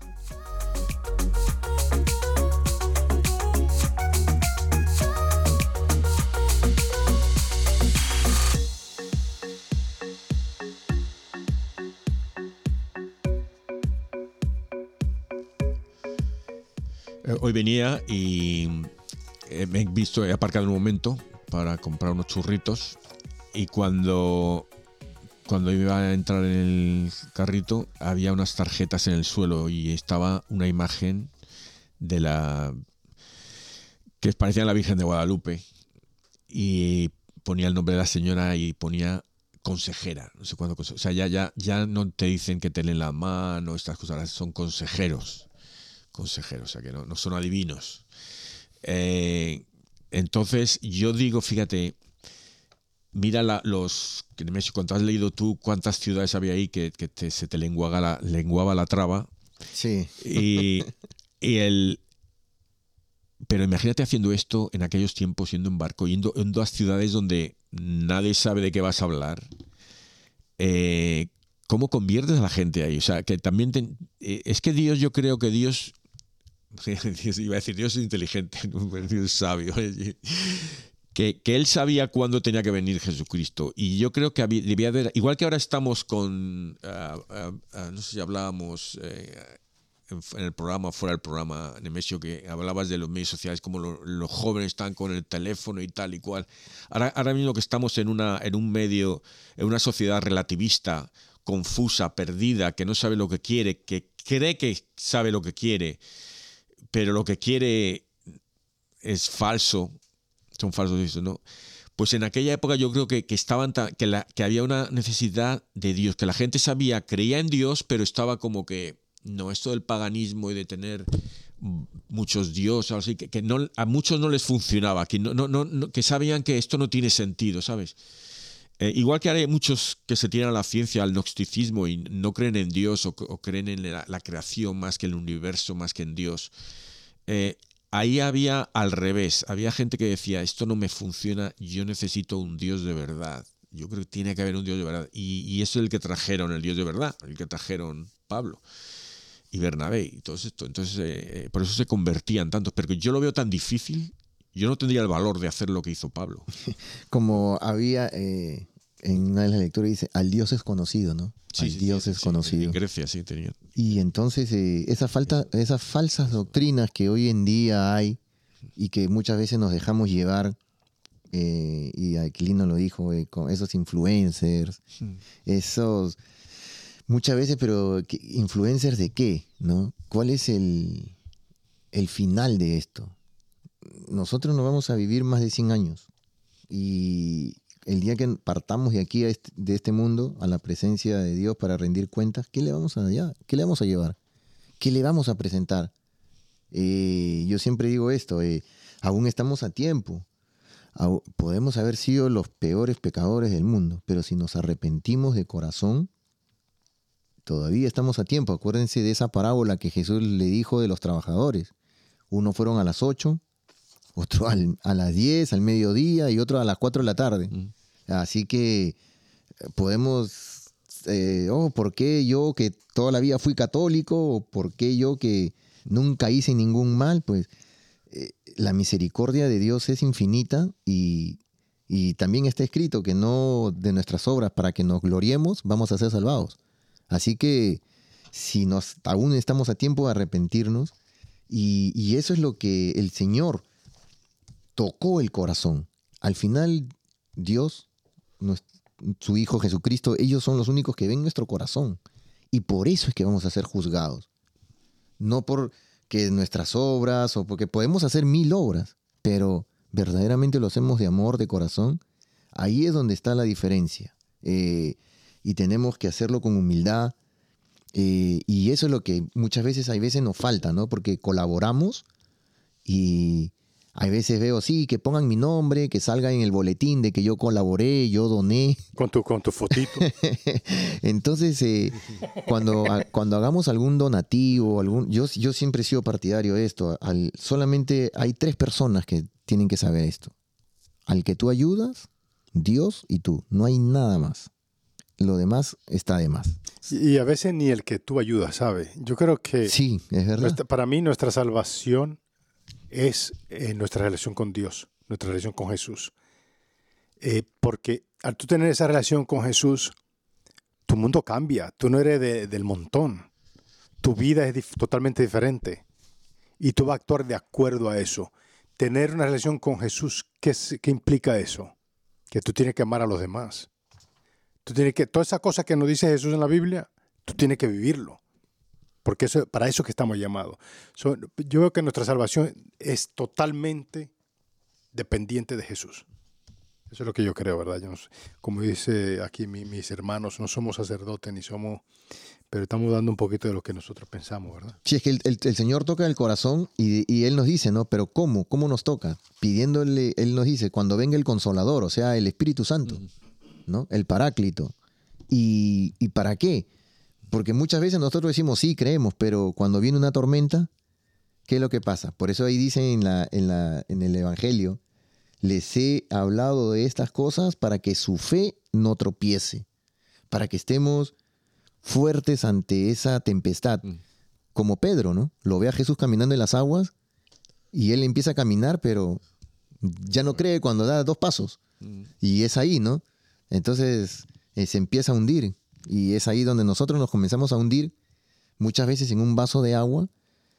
S1: Hoy venía y me he visto, he aparcado un momento para comprar unos churritos y cuando, cuando iba a entrar en el carrito había unas tarjetas en el suelo y estaba una imagen de la que parecía la Virgen de Guadalupe y ponía el nombre de la señora y ponía consejera, no sé cuándo, o sea, ya, ya, ya no te dicen que te leen la mano, estas cosas, son consejeros. consejeros, o sea que no, no son adivinos. Eh, entonces yo digo, fíjate, mira la, los, cuando has leído tú cuántas ciudades había ahí que, que te, se te lenguaba la, lenguaba la traba.
S2: Sí.
S1: Y, y el, pero imagínate haciendo esto en aquellos tiempos, yendo en barco, yendo en dos ciudades donde nadie sabe de qué vas a hablar. Eh, ¿Cómo conviertes a la gente ahí? O sea, que también te, eh, es que Dios, yo creo que Dios, iba a decir Dios es inteligente, Dios es sabio, que, que Él sabía cuándo tenía que venir Jesucristo. Y yo creo que había, debía haber, igual que ahora estamos con, uh, uh, uh, no sé si hablábamos eh, en, en el programa, fuera del programa, Nemesio, que hablabas de los medios sociales, como lo, los jóvenes están con el teléfono y tal y cual. Ahora, ahora mismo que estamos en, una, en un medio, en una sociedad relativista, confusa, perdida, que no sabe lo que quiere, que cree que sabe lo que quiere, pero lo que quiere es falso, son falsos, ¿no? Pues en aquella época yo creo que, que, estaban ta- que, la, que había una necesidad de Dios, que la gente sabía, creía en Dios, pero estaba como que, no, esto del paganismo y de tener muchos dioses, así, que, que no, a muchos no les funcionaba, que, no, no, no, que sabían que esto no tiene sentido, ¿sabes? Eh, igual que hay muchos que se tiran a la ciencia, al gnosticismo y no creen en Dios o, o creen en la, la creación más que en el universo, más que en Dios. Eh, ahí había al revés, había gente que decía, esto no me funciona, yo necesito un Dios de verdad. Yo creo que tiene que haber un Dios de verdad. Y, y eso es el que trajeron, el Dios de verdad, el que trajeron Pablo y Bernabé y todo esto. Entonces, eh, por eso se convertían tantos. Pero yo lo veo tan difícil, yo no tendría el valor de hacer lo que hizo Pablo.
S2: Como había eh, en una de las lecturas dice, al Dios es conocido, ¿no?
S1: Sí,
S2: al
S1: sí,
S2: Dios
S1: sí,
S2: es
S1: sí,
S2: conocido.
S1: En Grecia sí tenía.
S2: Y entonces eh, esa falta, esas falsas doctrinas que hoy en día hay y que muchas veces nos dejamos llevar, eh, y Aquilino lo dijo, eh, con esos influencers,
S1: Hmm.
S2: esos... Muchas veces, pero ¿qué- ¿influencers de qué? ¿No? ¿Cuál es el, el final de esto? Nosotros no vamos a vivir más de cien años. Y el día que partamos de aquí, a este, de este mundo, a la presencia de Dios para rendir cuentas, ¿qué le vamos a allá? ¿Qué le vamos a llevar? ¿Qué le vamos a presentar? Eh, yo siempre digo esto, eh, aún estamos a tiempo. Au- podemos haber sido los peores pecadores del mundo, pero si nos arrepentimos de corazón, todavía estamos a tiempo. Acuérdense de esa parábola que Jesús le dijo de los trabajadores. Uno fueron a las ocho, otro al- a las diez, al mediodía y otro a las cuatro de la tarde.
S1: Mm.
S2: Así que eh, podemos, eh, oh, ¿por qué yo que toda la vida fui católico? ¿O por qué yo que nunca hice ningún mal? Pues eh, la misericordia de Dios es infinita y, y también está escrito que no de nuestras obras para que nos gloriemos vamos a ser salvados. Así que si nos, aún estamos a tiempo de arrepentirnos, y, y eso es lo que el Señor tocó el corazón. Al final, Dios, nues- su Hijo Jesucristo, ellos son los únicos que ven nuestro corazón. Y por eso es que vamos a ser juzgados. No porque nuestras obras, o porque podemos hacer mil obras, pero verdaderamente lo hacemos de amor, de corazón. Ahí es donde está la diferencia. Eh, y tenemos que hacerlo con humildad. Eh, y eso es lo que muchas veces, hay veces nos falta, ¿no? Porque colaboramos y hay veces veo, sí, que pongan mi nombre, que salga en el boletín de que yo colaboré, yo doné.
S3: Con tu, con tu fotito.
S2: Entonces, eh, cuando, a- cuando hagamos algún donativo, algún, yo, yo siempre he sido partidario de esto. Al, solamente hay tres personas que tienen que saber esto. Al que tú ayudas, Dios y tú. No hay nada más. Lo demás está de más.
S3: Y, y a veces ni el que tú ayudas, ¿sabe? Yo creo que
S2: Sí, es verdad.
S3: nuestra- para mí nuestra salvación es eh, nuestra relación con Dios, nuestra relación con Jesús. Eh, porque al tú tener esa relación con Jesús, tu mundo cambia. Tú no eres de- del montón. Tu vida es dif- totalmente diferente. Y tú vas a actuar de acuerdo a eso. Tener una relación con Jesús, ¿qué, es- qué implica eso? Que tú tienes que amar a los demás. Tú tienes que, toda esa cosa que nos dice Jesús en la Biblia, tú tienes que vivirlo. Porque eso, para eso que estamos llamados. So, yo veo que nuestra salvación es totalmente dependiente de Jesús. Eso es lo que yo creo, ¿verdad? Yo no sé, como dice aquí mi- mis hermanos, no somos sacerdotes ni somos, pero estamos dando un poquito de lo que nosotros pensamos, ¿verdad?
S2: Sí, es que el, el- el Señor toca el corazón y, y Él nos dice, ¿no? Pero ¿cómo? ¿Cómo nos toca? Pidiéndole, Él nos dice, cuando venga el Consolador, o sea, el Espíritu Santo, ¿no? El Paráclito. ¿Y, y para qué? Porque muchas veces nosotros decimos, sí, creemos, pero cuando viene una tormenta, ¿qué es lo que pasa? Por eso ahí dice en, la, en, la, en el Evangelio, les he hablado de estas cosas para que su fe no tropiece, para que estemos fuertes ante esa tempestad.
S1: Mm.
S2: Como Pedro, ¿no? Lo ve a Jesús caminando en las aguas y él empieza a caminar, pero ya no cree cuando da dos pasos.
S1: Mm.
S2: Y es ahí, ¿no? Entonces eh, se empieza a hundir. Y es ahí donde nosotros nos comenzamos a hundir, muchas veces en un vaso de agua,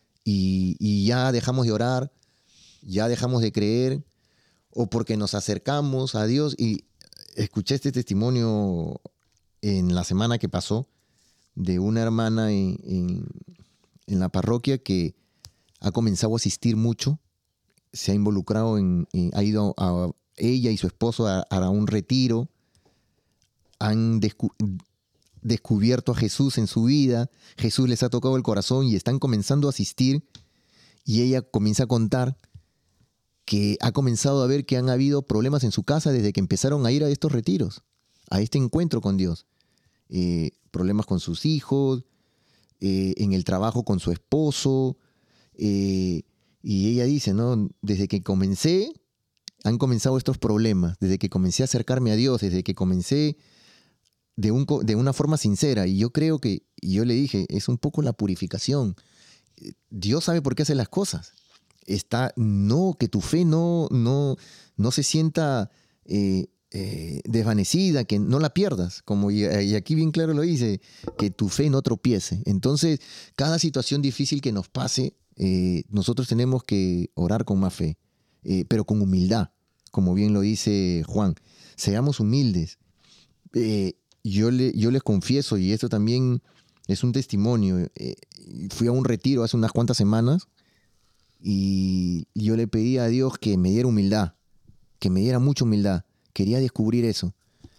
S2: y, y ya dejamos de orar, ya dejamos de creer, o porque nos acercamos a Dios. Y escuché este testimonio en la semana que pasó de una hermana en, en, en la parroquia que ha comenzado a asistir mucho, se ha involucrado, en, en- ha ido a ella y su esposo harán un retiro, han descu- descubierto a Jesús en su vida, Jesús les ha tocado el corazón y están comenzando a asistir, y ella comienza a contar que ha comenzado a ver que han habido problemas en su casa desde que empezaron a ir a estos retiros, a este encuentro con Dios. Eh, problemas con sus hijos, eh, en el trabajo con su esposo, eh, y ella dice, ¿no? Desde que comencé, han comenzado estos problemas, desde que comencé a acercarme a Dios, desde que comencé de, un, de una forma sincera. Y yo creo que, y yo le dije, es un poco la purificación. Dios sabe por qué hace las cosas. Está, no, que tu fe no, no, no se sienta eh, eh, desvanecida, que no la pierdas, como y, y aquí bien claro lo dice, que tu fe no tropiece. Entonces, cada situación difícil que nos pase, eh, nosotros tenemos que orar con más fe, eh, pero con humildad, como bien lo dice Juan. Seamos humildes. Eh, yo, le, yo les confieso, y esto también es un testimonio, eh, fui a un retiro hace unas cuantas semanas, y yo le pedí a Dios que me diera humildad, que me diera mucha humildad. Quería descubrir eso.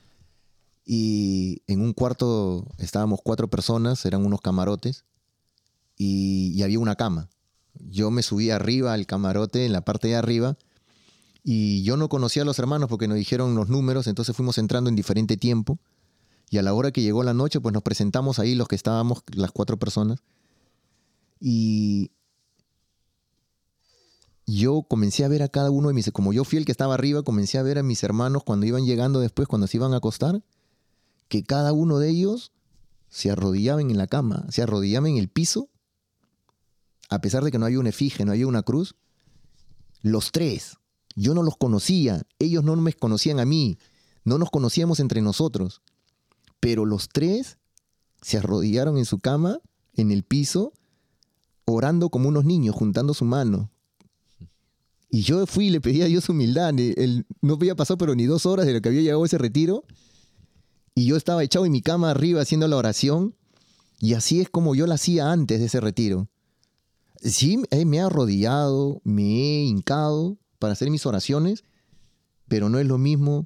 S2: Y en un cuarto estábamos cuatro personas, eran unos camarotes, y, y había una cama. Yo me subí arriba al camarote, en la parte de arriba, y yo no conocía a los hermanos porque nos dijeron los números, entonces fuimos entrando en diferente tiempo. Y a la hora que llegó la noche, pues nos presentamos ahí los que estábamos, las cuatro personas. Y yo comencé a ver a cada uno de mis... Como yo fui el que estaba arriba, comencé a ver a mis hermanos cuando iban llegando después, cuando se iban a acostar, que cada uno de ellos se arrodillaban en la cama, se arrodillaban en el piso, a pesar de que no había una efigie, no había una cruz. Los tres. Yo no los conocía, ellos no me conocían a mí, no nos conocíamos entre nosotros. Pero los tres se arrodillaron en su cama, en el piso, orando como unos niños, juntando su mano. Y yo fui y le pedí a Dios humildad. Él no había pasado pero ni dos horas de lo que había llegado ese retiro. Y yo estaba echado en mi cama arriba haciendo la oración. Y así es como yo la hacía antes de ese retiro. Sí, me he arrodillado, me he hincado para hacer mis oraciones, pero no es lo mismo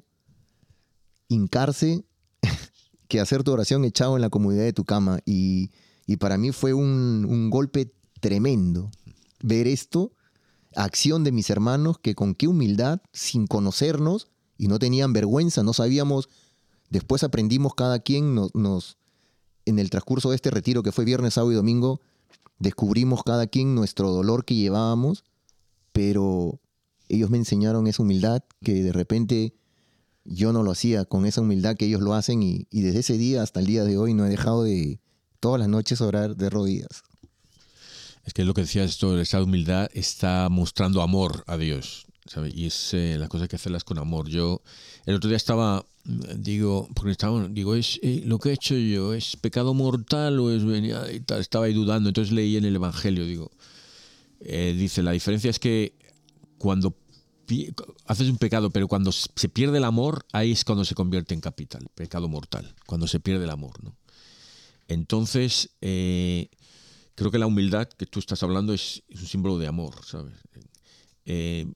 S2: hincarse que hacer tu oración echado en la comodidad de tu cama. Y, y para mí fue un, un golpe tremendo ver esto, acción de mis hermanos, que con qué humildad, sin conocernos, y no tenían vergüenza, no sabíamos. Después aprendimos cada quien, nos, nos, en el transcurso de este retiro que fue viernes, sábado y domingo, descubrimos cada quien nuestro dolor que llevábamos, pero ellos me enseñaron esa humildad que de repente yo no lo hacía, con esa humildad que ellos lo hacen, y, y desde ese día hasta el día de hoy no he dejado de todas las noches orar de rodillas.
S1: Es que es lo que decías, esto, esa humildad está mostrando amor a Dios, ¿sabes? Y es eh, la cosa hay que hacerlas con amor. Yo el otro día estaba, digo, porque estaba, digo, es eh, lo que he hecho yo, ¿es pecado mortal o es venida y tal? Estaba ahí dudando, entonces leí en el Evangelio, digo, eh, dice, la diferencia es que cuando haces un pecado, pero cuando se pierde el amor, ahí es cuando se convierte en capital, pecado mortal, cuando se pierde el amor, ¿no? Entonces, eh, creo que la humildad que tú estás hablando es, es un símbolo de amor, ¿sabes? Eh,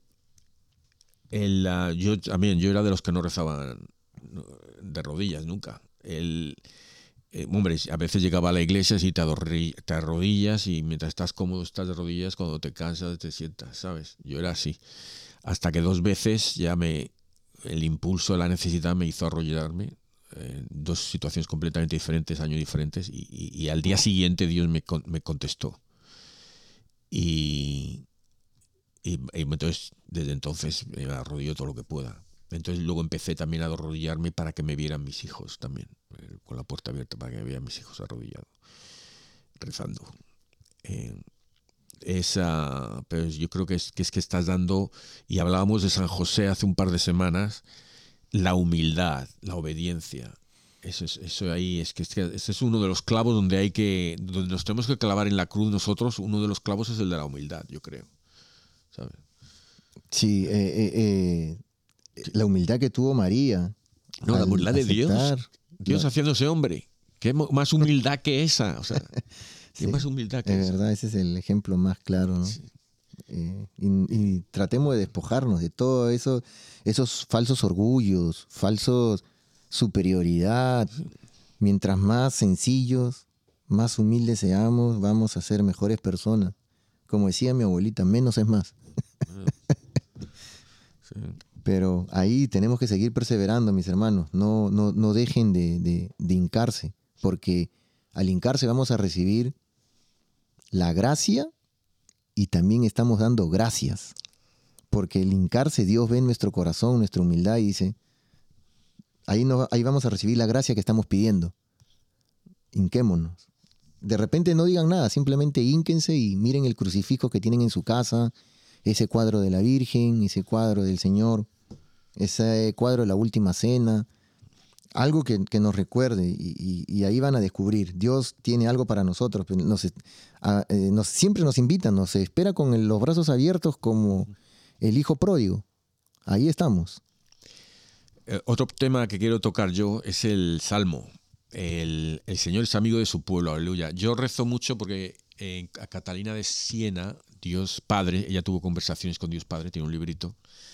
S1: el, uh, yo también, yo era de los que no rezaban de rodillas nunca. El, eh, hombre, a veces llegaba a la iglesia y te, adorri, te arrodillas y mientras estás cómodo estás de rodillas, cuando te cansas te sientas, ¿sabes? Yo era así. Hasta que dos veces ya me el impulso, la necesidad me hizo arrodillarme. Eh, dos situaciones completamente diferentes, años diferentes, y, y, y al día siguiente Dios me, me contestó. Y, y, y entonces, desde entonces me arrodillo todo lo que pueda. Entonces luego empecé también a arrodillarme para que me vieran mis hijos también, eh, con la puerta abierta para que me vieran mis hijos arrodillados, rezando. Eh, esa, pero yo creo que es, que es que estás dando, y hablábamos de San José hace un par de semanas, la humildad, la obediencia. Eso es, eso ahí es que, es que ese es uno de los clavos donde hay que, donde nos tenemos que clavar en la cruz nosotros. Uno de los clavos es el de la humildad, yo creo, ¿sabes?
S2: Sí, eh, eh, eh, la humildad que tuvo María.
S1: No, la humildad de Dios. Dios
S2: la...
S1: haciéndose hombre. ¿Qué más humildad que esa? O sea, ¿qué
S2: sí,
S1: más humildad que
S2: de
S1: esa?
S2: verdad, ese es el ejemplo más claro, ¿no?
S1: Sí.
S2: Eh, y, y tratemos de despojarnos de todo eso, esos falsos orgullos, falsos superioridad. Mientras más sencillos, más humildes seamos, vamos a ser mejores personas. Como decía mi abuelita, menos es más.
S1: Sí.
S2: Pero ahí tenemos que seguir perseverando, mis hermanos. No, no, no dejen de, de, de hincarse, porque al hincarse vamos a recibir la gracia y también estamos dando gracias. Porque el hincarse, Dios ve en nuestro corazón, nuestra humildad y dice, ahí, no, ahí vamos a recibir la gracia que estamos pidiendo. Hinquémonos. De repente no digan nada, simplemente hínquense y miren el crucifijo que tienen en su casa, ese cuadro de la Virgen, ese cuadro del Señor, ese cuadro de la Última Cena, algo que, que nos recuerde y, y, y ahí van a descubrir. Dios tiene algo para nosotros, nos, a, eh, nos, siempre nos invita, nos espera con el, los brazos abiertos como el hijo pródigo. Ahí estamos.
S1: Eh, otro tema que quiero tocar yo es el Salmo. El, el Señor es amigo de su pueblo, aleluya. Yo rezo mucho porque eh, a Catalina de Siena, Dios Padre, ella tuvo conversaciones con Dios Padre, tiene un librito.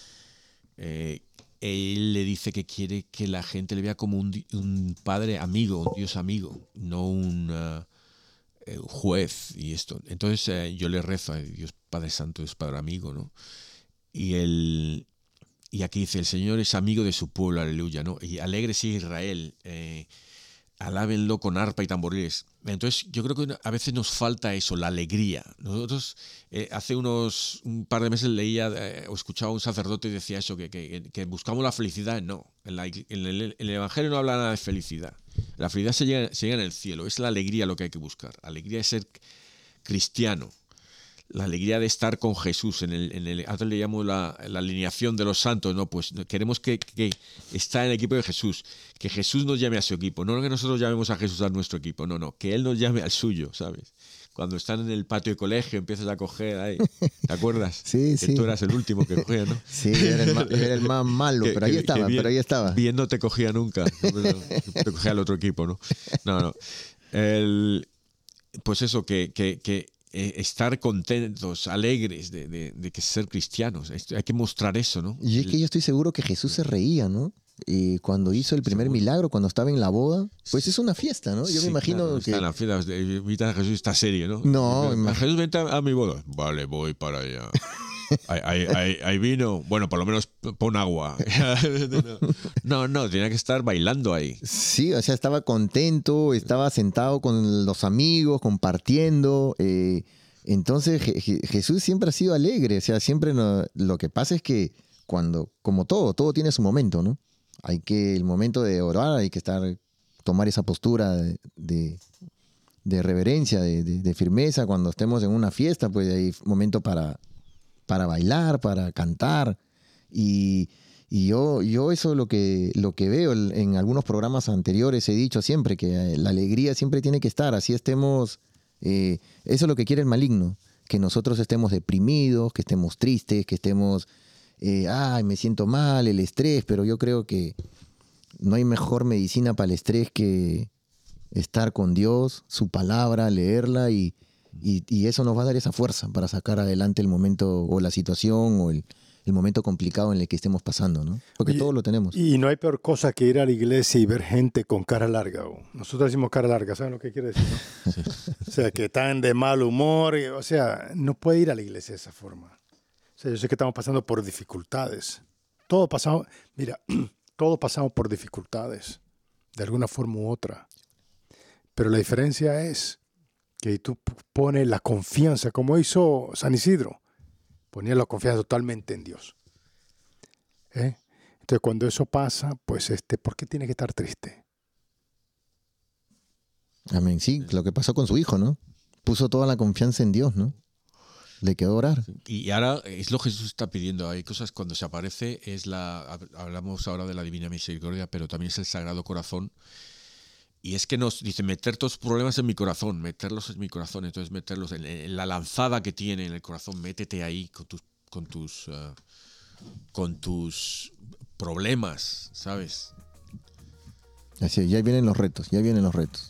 S1: Eh, él le dice que quiere que la gente le vea como un, un padre amigo, un Dios amigo, no un uh, eh, juez y esto. Entonces eh, yo le rezo a Dios Padre Santo, Dios Padre amigo, ¿no? Y el y aquí dice, el Señor es amigo de su pueblo, aleluya, ¿no? Y alégrese Israel, eh, alábenlo con arpa y tamboriles. Entonces yo creo que a veces nos falta eso, la alegría. Nosotros eh, hace unos un par de meses leía eh, o escuchaba a un sacerdote y decía eso, que, que, que buscamos la felicidad. No, en, la, en, el, en el Evangelio no habla nada de felicidad. La felicidad se llega, se llega en el cielo, es la alegría lo que hay que buscar. La alegría de ser cristiano. La alegría de estar con Jesús, en el, en el antes le llamo la, la alineación de los santos, ¿no? Pues queremos que, que está en el equipo de Jesús, que Jesús nos llame a su equipo, no que nosotros llamemos a Jesús a nuestro equipo, no, no, que Él nos llame al suyo, ¿sabes? Cuando están en el patio de colegio empiezas a coger ahí, ¿te acuerdas?
S2: Sí,
S1: que
S2: sí.
S1: Tú eras el último que cogía, ¿no?
S2: Sí, era el más, era el más malo,
S1: que,
S2: pero ahí
S1: que,
S2: estaba,
S1: que bien,
S2: pero ahí estaba.
S1: Bien no te cogía nunca, te cogía el otro equipo, ¿no? No, no. El, pues eso, que... que, que estar contentos, alegres de, de, de que ser cristianos. Hay que mostrar eso, ¿no?
S2: Y es que yo estoy seguro que Jesús se reía, ¿no? Y cuando hizo el primer seguro. milagro, cuando estaba en la boda, pues es una fiesta, ¿no? Yo sí, me imagino
S1: claro,
S2: que...
S1: Está en la fiesta, invita a Jesús, está serio, ¿no?
S2: No,
S1: a Jesús, vente a mi boda. Vale, voy para allá. ¿Hay, hay, hay, ¿Hay vino? Bueno, por lo menos pon agua. No, no, tenía que estar bailando ahí.
S2: Sí, o sea, estaba contento, estaba sentado con los amigos, compartiendo. Eh, entonces, Je- Jesús siempre ha sido alegre. O sea, siempre no, lo que pasa es que cuando, como todo, todo tiene su momento, ¿no? Hay que, el momento de orar, hay que estar, tomar esa postura de, de, de reverencia, de, de, de firmeza. Cuando estemos en una fiesta, pues hay momento para... para bailar, para cantar. Y, y yo, yo eso es lo que, lo que veo en algunos programas anteriores, he dicho siempre, que la alegría siempre tiene que estar, así estemos, eh, eso es lo que quiere el maligno, que nosotros estemos deprimidos, que estemos tristes, que estemos, eh, ay, me siento mal, el estrés, pero yo creo que no hay mejor medicina para el estrés que estar con Dios, su palabra, leerla y Y, y eso nos va a dar esa fuerza para sacar adelante el momento o la situación o el, el momento complicado en el que estemos pasando, ¿no? Porque
S3: y,
S2: todo lo tenemos.
S3: Y no hay peor cosa que ir a la iglesia y ver gente con cara larga. ¿O? Nosotros decimos cara larga, ¿saben lo que quiere decir? ¿No? Sí. O sea, que están de mal humor. Y, o sea, no puede ir a la iglesia de esa forma. O sea, yo sé que estamos pasando por dificultades. Todos pasamos, mira, todos pasamos por dificultades, de alguna forma u otra. Pero la diferencia es que tú pones la confianza, como hizo San Isidro, ponía la confianza totalmente en Dios. ¿Eh? Entonces, cuando eso pasa, pues, este, ¿por qué tiene que estar triste?
S2: Amén. Sí, lo que pasó con su hijo, ¿no? Puso toda la confianza en Dios, ¿no? Le quedó orar.
S1: Y ahora es lo que Jesús está pidiendo. Hay cosas cuando se aparece, es la hablamos ahora de la Divina Misericordia, pero también es el Sagrado Corazón. Y es que nos dice meter todos los problemas en mi corazón, meterlos en mi corazón, entonces meterlos en, en la lanzada que tiene en el corazón, métete ahí con tus, con tus, uh, con tus problemas, ¿sabes?
S2: Así es, ya vienen los retos, ya vienen los retos.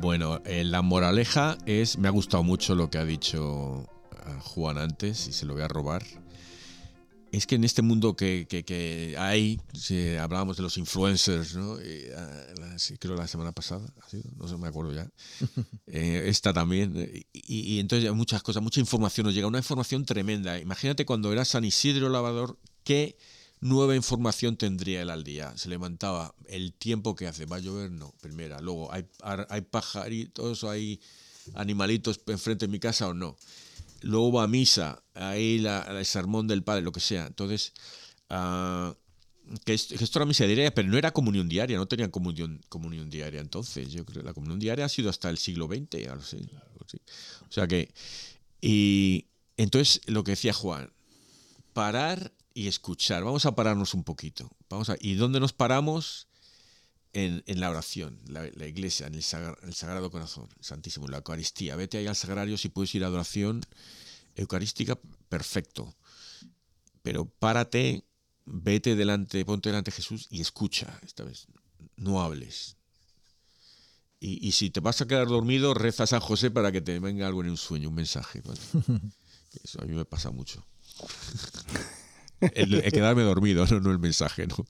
S1: Bueno, eh, la moraleja es, me ha gustado mucho lo que ha dicho Juan antes y se lo voy a robar. Es que en este mundo que, que, que hay, si hablábamos de los influencers, ¿no? Y, uh, sí, creo la semana pasada, ¿ha sido? No sé, me acuerdo ya. Eh, esta también. Y, y entonces hay muchas cosas, mucha información nos llega, una información tremenda. Imagínate cuando era San Isidro Lavador, qué nueva información tendría él al día. Se levantaba, el tiempo que hace, ¿va a llover? No, primera. Luego, ¿hay, hay pajaritos, hay animalitos enfrente de mi casa o no? Luego va a misa, ahí la, el sermón del padre, lo que sea. Entonces, uh, que, esto, que esto era misa diaria, pero no era comunión diaria, no tenían comunión, comunión diaria entonces. Yo creo que la comunión diaria ha sido hasta el siglo veinte, algo así, algo así. O sea que, y entonces lo que decía Juan, parar y escuchar. Vamos a pararnos un poquito. Vamos a, ¿y dónde nos paramos? En, en la oración, la, la iglesia, en el, sagra, el Sagrado Corazón, Santísimo, la Eucaristía. Vete ahí al sagrario, si puedes ir a adoración eucarística, perfecto. Pero párate, vete delante, ponte delante de Jesús y escucha esta vez. No hables. Y, y si te vas a quedar dormido, reza a San José para que te venga algo en un sueño, un mensaje. ¿Vale? Eso a mí me pasa mucho. El, el quedarme dormido, no, no el mensaje, ¿no?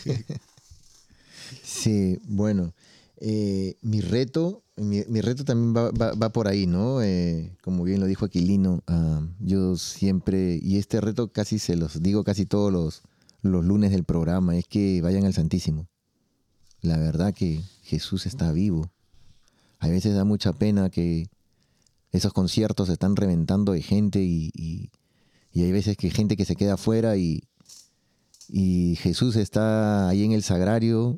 S2: Sí, bueno, eh, mi reto, mi, mi reto también va, va, va por ahí, ¿no? Eh, como bien lo dijo Aquilino, uh, yo siempre, y este reto casi se los digo casi todos los, los lunes del programa, es que vayan al Santísimo. La verdad que Jesús está vivo. A veces da mucha pena que esos conciertos se están reventando de gente y, y, y hay veces que gente que se queda afuera y, y Jesús está ahí en el sagrario.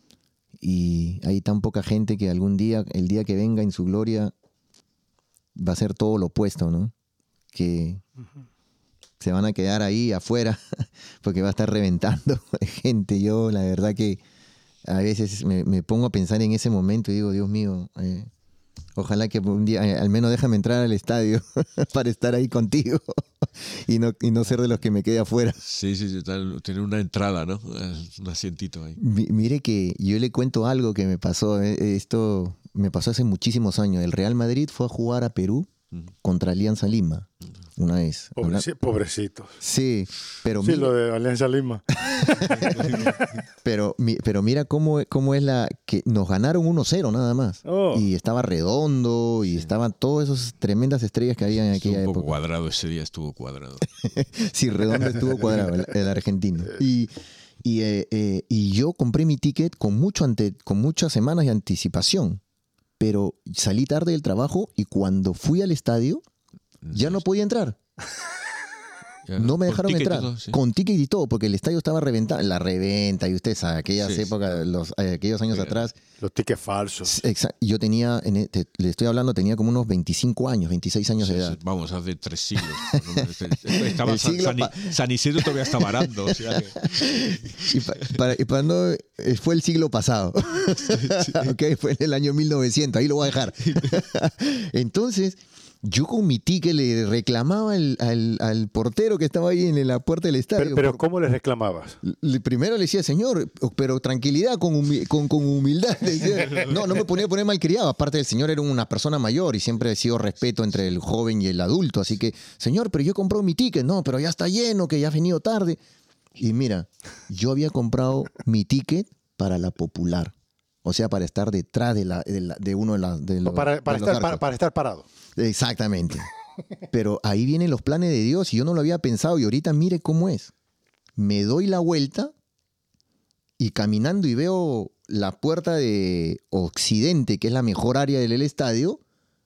S2: Y hay tan poca gente que algún día, el día que venga en su gloria, va a ser todo lo opuesto, ¿no? Que uh-huh. se van a quedar ahí afuera porque va a estar reventando gente. Yo, la verdad que a veces me, me pongo a pensar en ese momento y digo, Dios mío, eh, ojalá que un día, eh, al menos déjame entrar al estadio para estar ahí contigo y no, y no ser de los que me quede afuera.
S1: Sí, sí, sí, tener una entrada, ¿no? Un asientito ahí.
S2: M- mire que yo le cuento algo que me pasó. Eh, esto me pasó hace muchísimos años. El Real Madrid fue a jugar a Perú uh-huh. contra Alianza Lima uh-huh. una vez.
S3: Pobreci- Pobrecitos.
S2: Sí, pero
S3: sí,
S2: mira,
S3: lo de Alianza Lima.
S2: pero, pero mira cómo, cómo es la que nos ganaron uno cero nada más.
S3: Oh.
S2: Y estaba Redondo y sí. estaban todas esas tremendas estrellas que había en aquella
S1: época. Un poco
S2: época.
S1: cuadrado ese día, estuvo cuadrado.
S2: Sí, Redondo estuvo cuadrado, el, el argentino. Y, y, eh, eh, y yo compré mi ticket con, mucho ante, con muchas semanas de anticipación. Pero salí tarde del trabajo y cuando fui al estadio ya no podía entrar. Ya, no me dejaron entrar, todo, sí. con ticket y todo, porque el estadio estaba reventado, la reventa, y usted sabe, aquellas sí, épocas, sí. Los, eh, aquellos años sí, atrás.
S3: Los tickets falsos.
S2: Exacto. Yo tenía, en, te, le estoy hablando, tenía como unos veinticinco años, veintiséis años sí, de edad.
S1: Sí, vamos, hace tres siglos. Estaba San, San, San Isidro todavía estaba arando. O sea que...
S2: y, pa, para, y para no, fue el siglo pasado. Sí. Okay, fue en el año mil novecientos, ahí lo voy a dejar. Entonces... yo con mi ticket le reclamaba al, al, al portero que estaba ahí en la puerta del estadio.
S3: Pero, pero por, ¿cómo le reclamabas?
S2: Le, primero le decía, señor, pero tranquilidad, con, humi con, con humildad. Decía, no, no me ponía a poner malcriado. Aparte, el señor era una persona mayor y siempre ha sido respeto entre el joven y el adulto. Así que, señor, pero yo compré mi ticket. No, pero ya está lleno, que ya has venido tarde. Y mira, yo había comprado mi ticket para la popular. O sea, para estar detrás de, la, de, la, de uno de, la, de los
S3: para, para,
S2: de
S3: estar, para, para estar parado.
S2: Exactamente. Pero ahí vienen los planes de Dios y yo no lo había pensado y ahorita mire cómo es. Me doy la vuelta y caminando y veo la puerta de Occidente, que es la mejor área del estadio,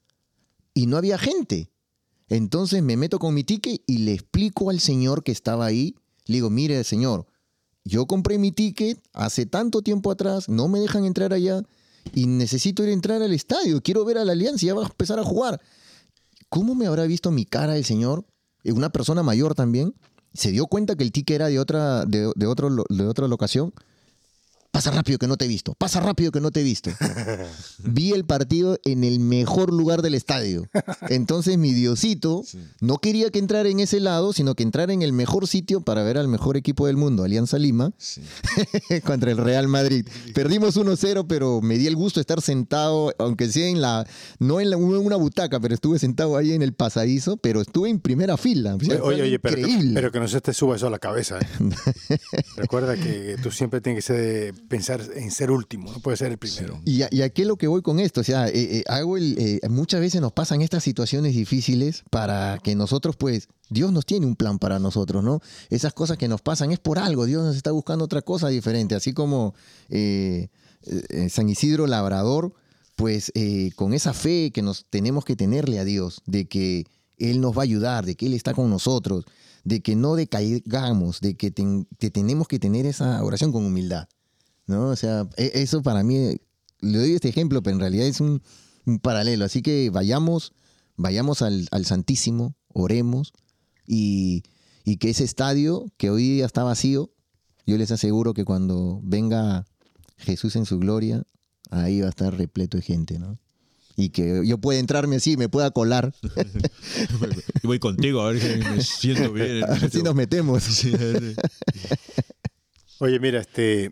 S2: y no había gente. Entonces me meto con mi ticket y le explico al señor que estaba ahí. Le digo, mire, señor, yo compré mi ticket hace tanto tiempo atrás, no me dejan entrar allá y necesito ir a entrar al estadio. Quiero ver a la Alianza, ya va a empezar a jugar. ¿Cómo me habrá visto mi cara el señor? Una persona mayor también. Se dio cuenta que el ticket era de otra, de, de otro, de otra locación. pasa rápido que no te he visto, pasa rápido que no te he visto. Vi el partido en el mejor lugar del estadio. Entonces mi Diosito sí. no quería que entrara en ese lado, sino que entrara en el mejor sitio para ver al mejor equipo del mundo, Alianza Lima, sí. contra el Real Madrid. Perdimos uno cero, pero me di el gusto de estar sentado, aunque sea en la, no en, la, en una butaca, pero estuve sentado ahí en el pasadizo, pero estuve en primera fila. O sea,
S3: oye, oye, pero que, pero que no se te suba eso a la cabeza. ¿eh? Recuerda que tú siempre tienes que ser, pensar en ser último, no puedes ser el primero.
S2: Y a, y a qué es lo que voy con esto, o sea, eh, eh, hago el, eh, muchas veces nos pasan estas situaciones difíciles para que nosotros, pues, Dios nos tiene un plan para nosotros, ¿no? Esas cosas que nos pasan es por algo, Dios nos está buscando otra cosa diferente, así como eh, eh, San Isidro Labrador, pues eh, con esa fe que nos tenemos que tenerle a Dios, de que Él nos va a ayudar, de que Él está con nosotros, de que no decaigamos, de que, ten, que tenemos que tener esa oración con humildad, ¿no? O sea, eso para mí, le doy este ejemplo, pero en realidad es un, un paralelo. Así que vayamos, vayamos al, al Santísimo, oremos, y, y que ese estadio que hoy día está vacío, yo les aseguro que cuando venga Jesús en su gloria, ahí va a estar repleto de gente, ¿no? Y que yo pueda entrarme así, me pueda colar.
S1: Voy contigo, a ver si me siento bien.
S2: Así nos metemos. Sí, sí.
S3: Oye, mira, este,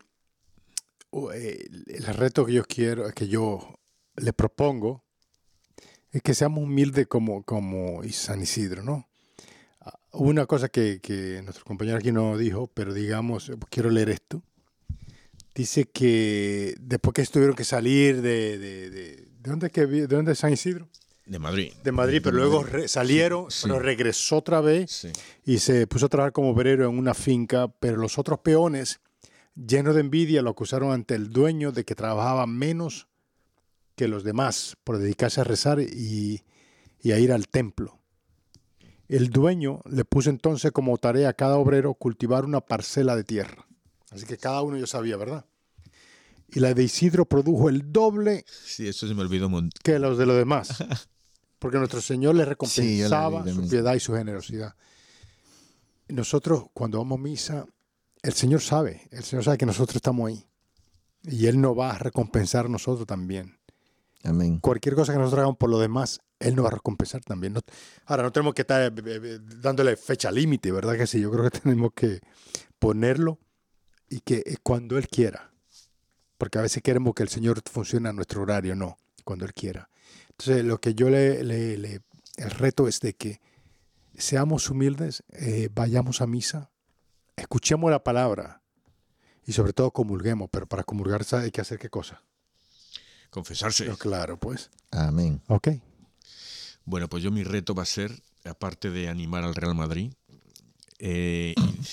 S3: el reto que yo quiero, que yo le propongo, es que seamos humildes como, como San Isidro, ¿no? Una cosa que, que nuestro compañero aquí no dijo, pero digamos, quiero leer esto. Dice que después que tuvieron que salir de... de, de ¿De dónde, que, ¿De dónde es San Isidro?
S1: De Madrid.
S3: De Madrid, pero luego re, salieron, sí, pero regresó otra vez sí. y se puso a trabajar como obrero en una finca, pero los otros peones, llenos de envidia, lo acusaron ante el dueño de que trabajaba menos que los demás por dedicarse a rezar y, y a ir al templo. El dueño le puso entonces como tarea a cada obrero cultivar una parcela de tierra. Así que cada uno ya sabía, ¿verdad? Y la de Isidro produjo el doble
S1: sí, eso se me olvidó
S3: que los de los demás. Porque nuestro Señor le recompensaba sí, su piedad y su generosidad. Nosotros, cuando vamos a misa, el Señor sabe, el Señor sabe que nosotros estamos ahí. Y Él nos va a recompensar a nosotros también.
S2: Amén.
S3: Cualquier cosa que nosotros hagamos por lo demás, Él nos va a recompensar también. No, ahora, no tenemos que estar dándole fecha límite, ¿verdad que sí? Yo creo que tenemos que ponerlo y que cuando Él quiera. Porque a veces queremos que el Señor funcione a nuestro horario, no, cuando Él quiera. Entonces, lo que yo le, le, le el reto es de que seamos humildes, eh, vayamos a misa, escuchemos la palabra y sobre todo comulguemos, pero para comulgar hay que hacer ¿qué cosa?
S1: Confesarse.
S3: No, claro, pues.
S2: Amén.
S3: Ok.
S1: Bueno, pues yo mi reto va a ser, aparte de animar al Real Madrid, Eh,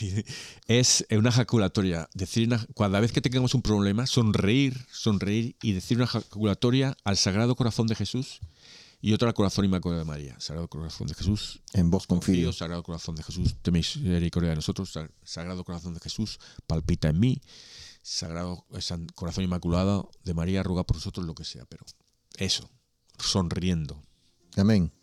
S1: es una ejaculatoria, decir una, cada vez que tengamos un problema, sonreír, sonreír y decir una ejaculatoria al Sagrado Corazón de Jesús y otra al Corazón Inmaculado de María. Sagrado Corazón de Jesús,
S2: en vos confío.
S1: Sagrado Corazón de Jesús, ten misericordia de nosotros. Sagrado Corazón de Jesús, palpita en mí. Sagrado Corazón Inmaculado de María, ruega por nosotros, lo que sea. Pero eso, sonriendo.
S2: Amén.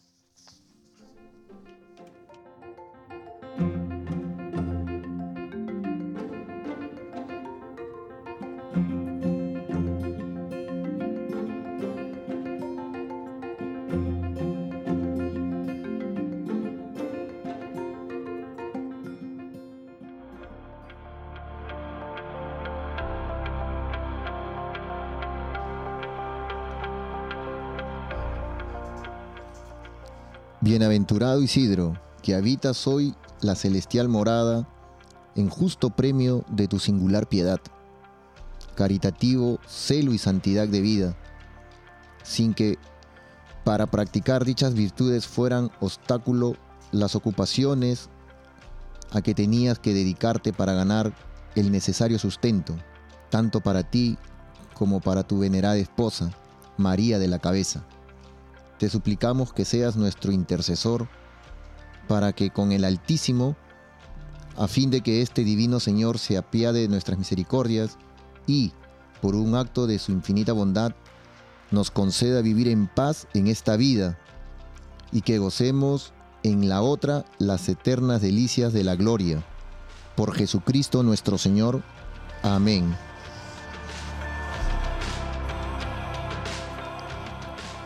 S2: Bienaventurado Isidro, que habitas hoy la celestial morada en justo premio de tu singular piedad, caritativo celo y santidad de vida, sin que para practicar dichas virtudes fueran obstáculo las ocupaciones a que tenías que dedicarte para ganar el necesario sustento, tanto para ti como para tu venerada esposa, María de la Cabeza. Te suplicamos que seas nuestro intercesor para que con el Altísimo, a fin de que este divino Señor se apiade de nuestras misericordias y, por un acto de su infinita bondad, nos conceda vivir en paz en esta vida y que gocemos en la otra las eternas delicias de la gloria. Por Jesucristo nuestro Señor. Amén.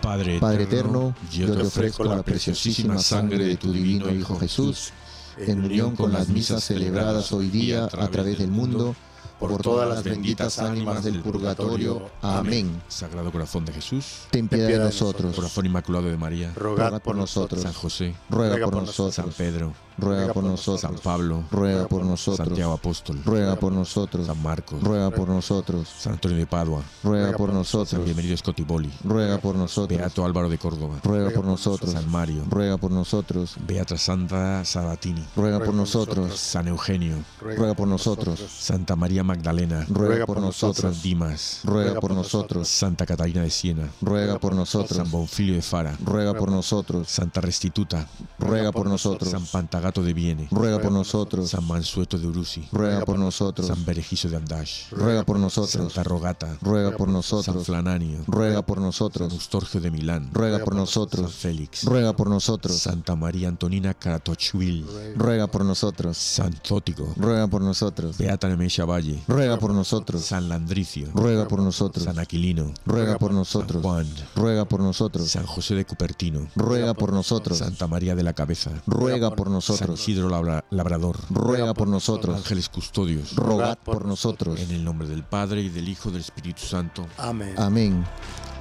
S1: Padre,
S2: Padre eterno, yo te ofrezco la preciosísima sangre de tu divino Hijo Jesús, en unión con las misas celebradas hoy día a través del mundo, por todas las benditas ánimas del purgatorio. Amén.
S1: Sagrado Corazón de Jesús,
S2: Ten piedad de nosotros.
S1: Corazón Inmaculado de María,
S3: Rogad por nosotros.
S1: San José,
S2: Ruega por
S1: San
S2: nosotros.
S1: Pedro,
S2: Ruega por
S1: San
S2: nosotros.
S1: Pablo,
S2: Ruega por nosotros.
S1: Santiago Apóstol,
S2: Ruega por nosotros.
S1: San Marcos,
S2: Ruega por nosotros.
S1: San Antonio de Padua,
S2: Ruega por
S1: San
S2: nosotros.
S1: Bienvenido Scotiboli,
S2: Ruega por nosotros.
S1: Beato Álvaro de Córdoba,
S2: Ruega por nosotros.
S1: San Mario,
S2: Ruega por nosotros.
S1: Beata Santa Sabatini,
S2: Ruega por nosotros.
S1: San Eugenio,
S2: Ruega por nosotros.
S1: Santa María Magdalena,
S2: Ruega por
S1: San
S2: nosotros.
S1: Dimas,
S2: Ruega por nosotros.
S1: Santa Catalina de Siena,
S2: Ruega por
S1: San
S2: nosotros.
S1: Bonfilio de Fara,
S2: Ruega por nosotros.
S1: Santa Restituta,
S2: Ruega por nosotros.
S1: San Pantagato de Viene,
S2: Ruega por nosotros.
S1: San Mansueto de Urusi,
S2: Ruega por nosotros.
S1: San Berejizo de Andash,
S2: Ruega por nosotros.
S1: Santa Rogata,
S2: Ruega por
S1: San
S2: nosotros.
S1: Flananio,
S2: Ruega por
S1: San
S2: nosotros.
S1: Eustorgio de Milán,
S2: Ruega por
S1: San
S2: nosotros.
S1: Félix,
S2: Ruega por nosotros.
S1: Santa María Antonina Karatochvil,
S2: Ruega por nosotros.
S1: San Zótico,
S2: Ruega por nosotros.
S1: Beata Nemesha Valle,
S2: Ruega por nosotros.
S1: San Landricio,
S2: Ruega por nosotros.
S1: San Aquilino,
S2: Ruega por
S1: San
S2: nosotros.
S1: Juan,
S2: Ruega por nosotros.
S1: San José de Cupertino,
S2: Ruega por nosotros.
S1: Santa María de la Cabeza,
S2: Ruega por
S1: San
S2: nosotros.
S1: Isidro Labra- Labrador,
S2: Ruega por nosotros.
S1: Ángeles Custodios,
S2: Rogad por nosotros.
S1: en el nombre del Padre y del Hijo y del Espíritu Santo.
S3: Amén.
S2: Amén.